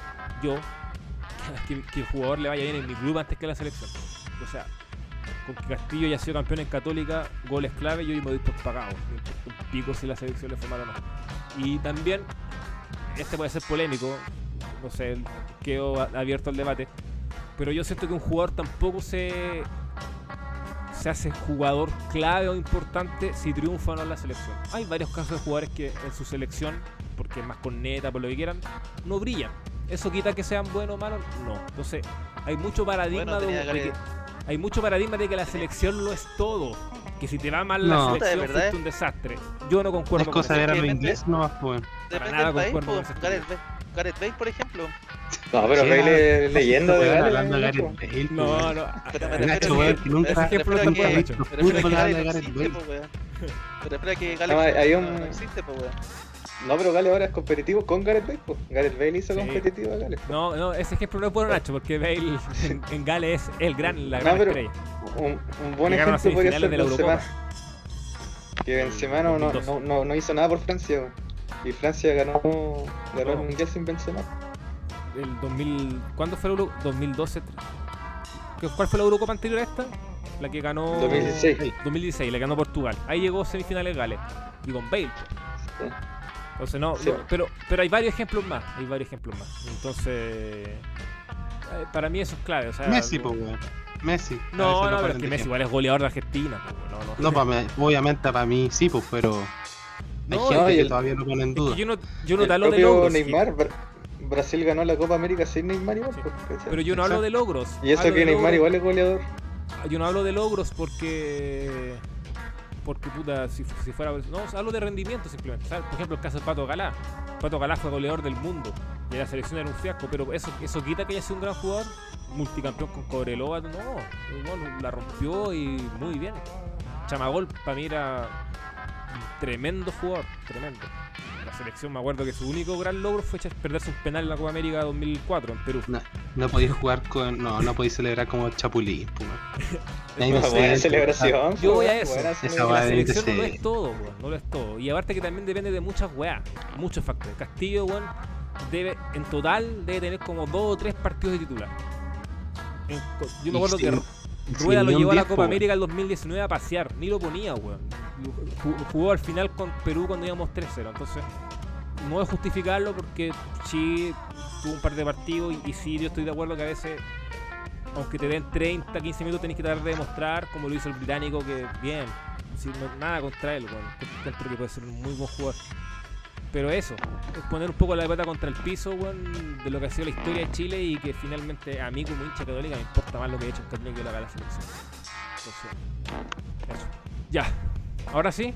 que el jugador le vaya bien en mi club antes que a la selección. O sea, con que Castillo ya ha sido campeón en Católica, goles clave, yo me doy por pagado. Me importa un pico si la selección le fue mal o no. Y también, este puede ser polémico, no sé, quedo abierto al debate, pero yo siento que un jugador tampoco se hace jugador clave o importante si triunfa o no en la selección. Hay varios casos de jugadores que en su selección, porque es más corneta, por lo que quieran, no brillan. ¿Eso quita que sean buenos o malos? No. Entonces, hay mucho paradigma hay mucho paradigma de que la selección lo es todo. Que si te va mal la selección, de verdad, fuiste un desastre. Yo no concuerdo Es con cosa eso. de ver a lo Depende- inglés, no más joven. Para Depende nada del país, concuerdo po. con ese Gareth Bale, por ejemplo. No, pero Sí, Bale es leyenda de Weón, Gales. hablando de ¿no? Gareth Bale, No, weón. no. Pero me Nacho, refiero weón, que- que nunca me ejemplo refiero tampoco, que- Nacho. me refiero que Fútbol habla Gales de no Gareth existe, Bale. po, weón. Me refiero a que No, Gales hay no un- existe, po, weón. No, pero Gales ahora es competitivo con Gareth Bale. Pues. Gareth Bale hizo Sí. competitivo a Gales. No, ese ejemplo no es bueno, Nacho, porque Bale en Gales es la gran pero- estrella. Un buen Llegaron a ejemplo podría semifinales ser de la Benzema. Eurocopa. Que Benzema no 2002. no hizo nada por Francia. weón. Y Francia ganó el No. mundial sin Benzema. El 2000, ¿cuándo fue el Euro? 2012. ¿Cuál fue la Eurocopa anterior a esta? La que ganó 2016. 2016, la ganó Portugal. Ahí llegó semifinales Gales y con Bale. Sí. Entonces no, Sí. pero hay varios ejemplos más, Entonces, para mí eso es clave, o sea, Messi, pues, weón. Messi. A No, veces lo pero ponen es que de Messi ejemplo. igual es goleador de Argentina, pues, no. Obviamente para mí sí, pues, pero hay No, gente y que el- todavía lo pone en Es que duda. yo no El te hablo de propio logros, Neymar, Brasil ganó la Copa América sin Neymar igual. Sí. pues, ¿cachai? pero yo no hablo de logros. Y eso hablo que de Neymar logros- igual es goleador. Yo no hablo de logros porque puta, si fuera, no, hablo de rendimiento simplemente, ¿sabes? Por ejemplo, el caso de Pato Galá. Pato Galá fue goleador del mundo y la selección era un fiasco, pero eso quita que haya sido un gran jugador, multicampeón con Cobreloa, no, bueno, la rompió y muy bien. Chamagol para mí era un tremendo jugador, tremendo. La selección, me acuerdo que su único gran logro fue perderse un penal en la Copa América 2004 en Perú. No podéis jugar con. No podéis celebrar como Chapulín, pues, weón. Ahí no Una sé, buena ah, celebración. Yo voy a pues, eso. buena Esa Que celebración. va la de selección no lo ser- es todo, weón, no lo es todo. Y aparte que también depende de muchas weas, muchos factores. Castillo, weón, en total debe tener como 2 o 3 partidos de titular. Yo me acuerdo que Rueda lo llevó a la Copa América el 2019 a pasear, ni lo ponía, weón. Jugó al final con Perú cuando íbamos 3-0, entonces no es justificarlo porque sí tuvo un par de partidos y sí, yo estoy de acuerdo que a veces, aunque te den 30, 15 minutos, tenés que tratar de demostrar, como lo hizo el británico, que bien, nada contra él, weón. Encuentro que puede ser un muy buen jugador. Pero eso, es poner un poco la pelota contra el piso, weón, de lo que ha sido la historia de Chile y que finalmente a mí como hincha católica me importa más lo que he hecho en torneo que lo que haga la selección. Entonces, eso. Ya, ahora sí,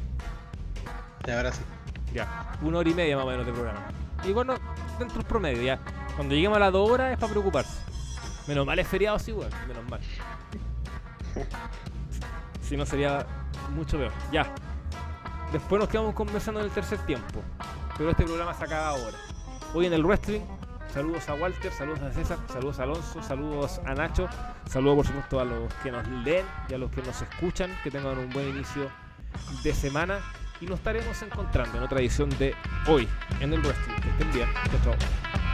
Y ahora sí. ya, 1 hora y media más o menos de programa. Y bueno, dentro del promedio, ya. Cuando lleguemos a las 2 horas es para preocuparse. Menos mal es feriado, sí, weón, menos mal. Si no sería mucho peor. Ya. Después nos quedamos conversando en el tercer tiempo. Pero este programa se acaba ahora. Hoy en el wrestling, saludos a Walter, saludos a César, saludos a Alonso, saludos a Nacho, saludos por supuesto a los que nos leen y a los que nos escuchan. Que tengan un buen inicio de semana. Y nos estaremos encontrando en otra edición de Hoy en el wrestling. Que estén bien. Chao, chao.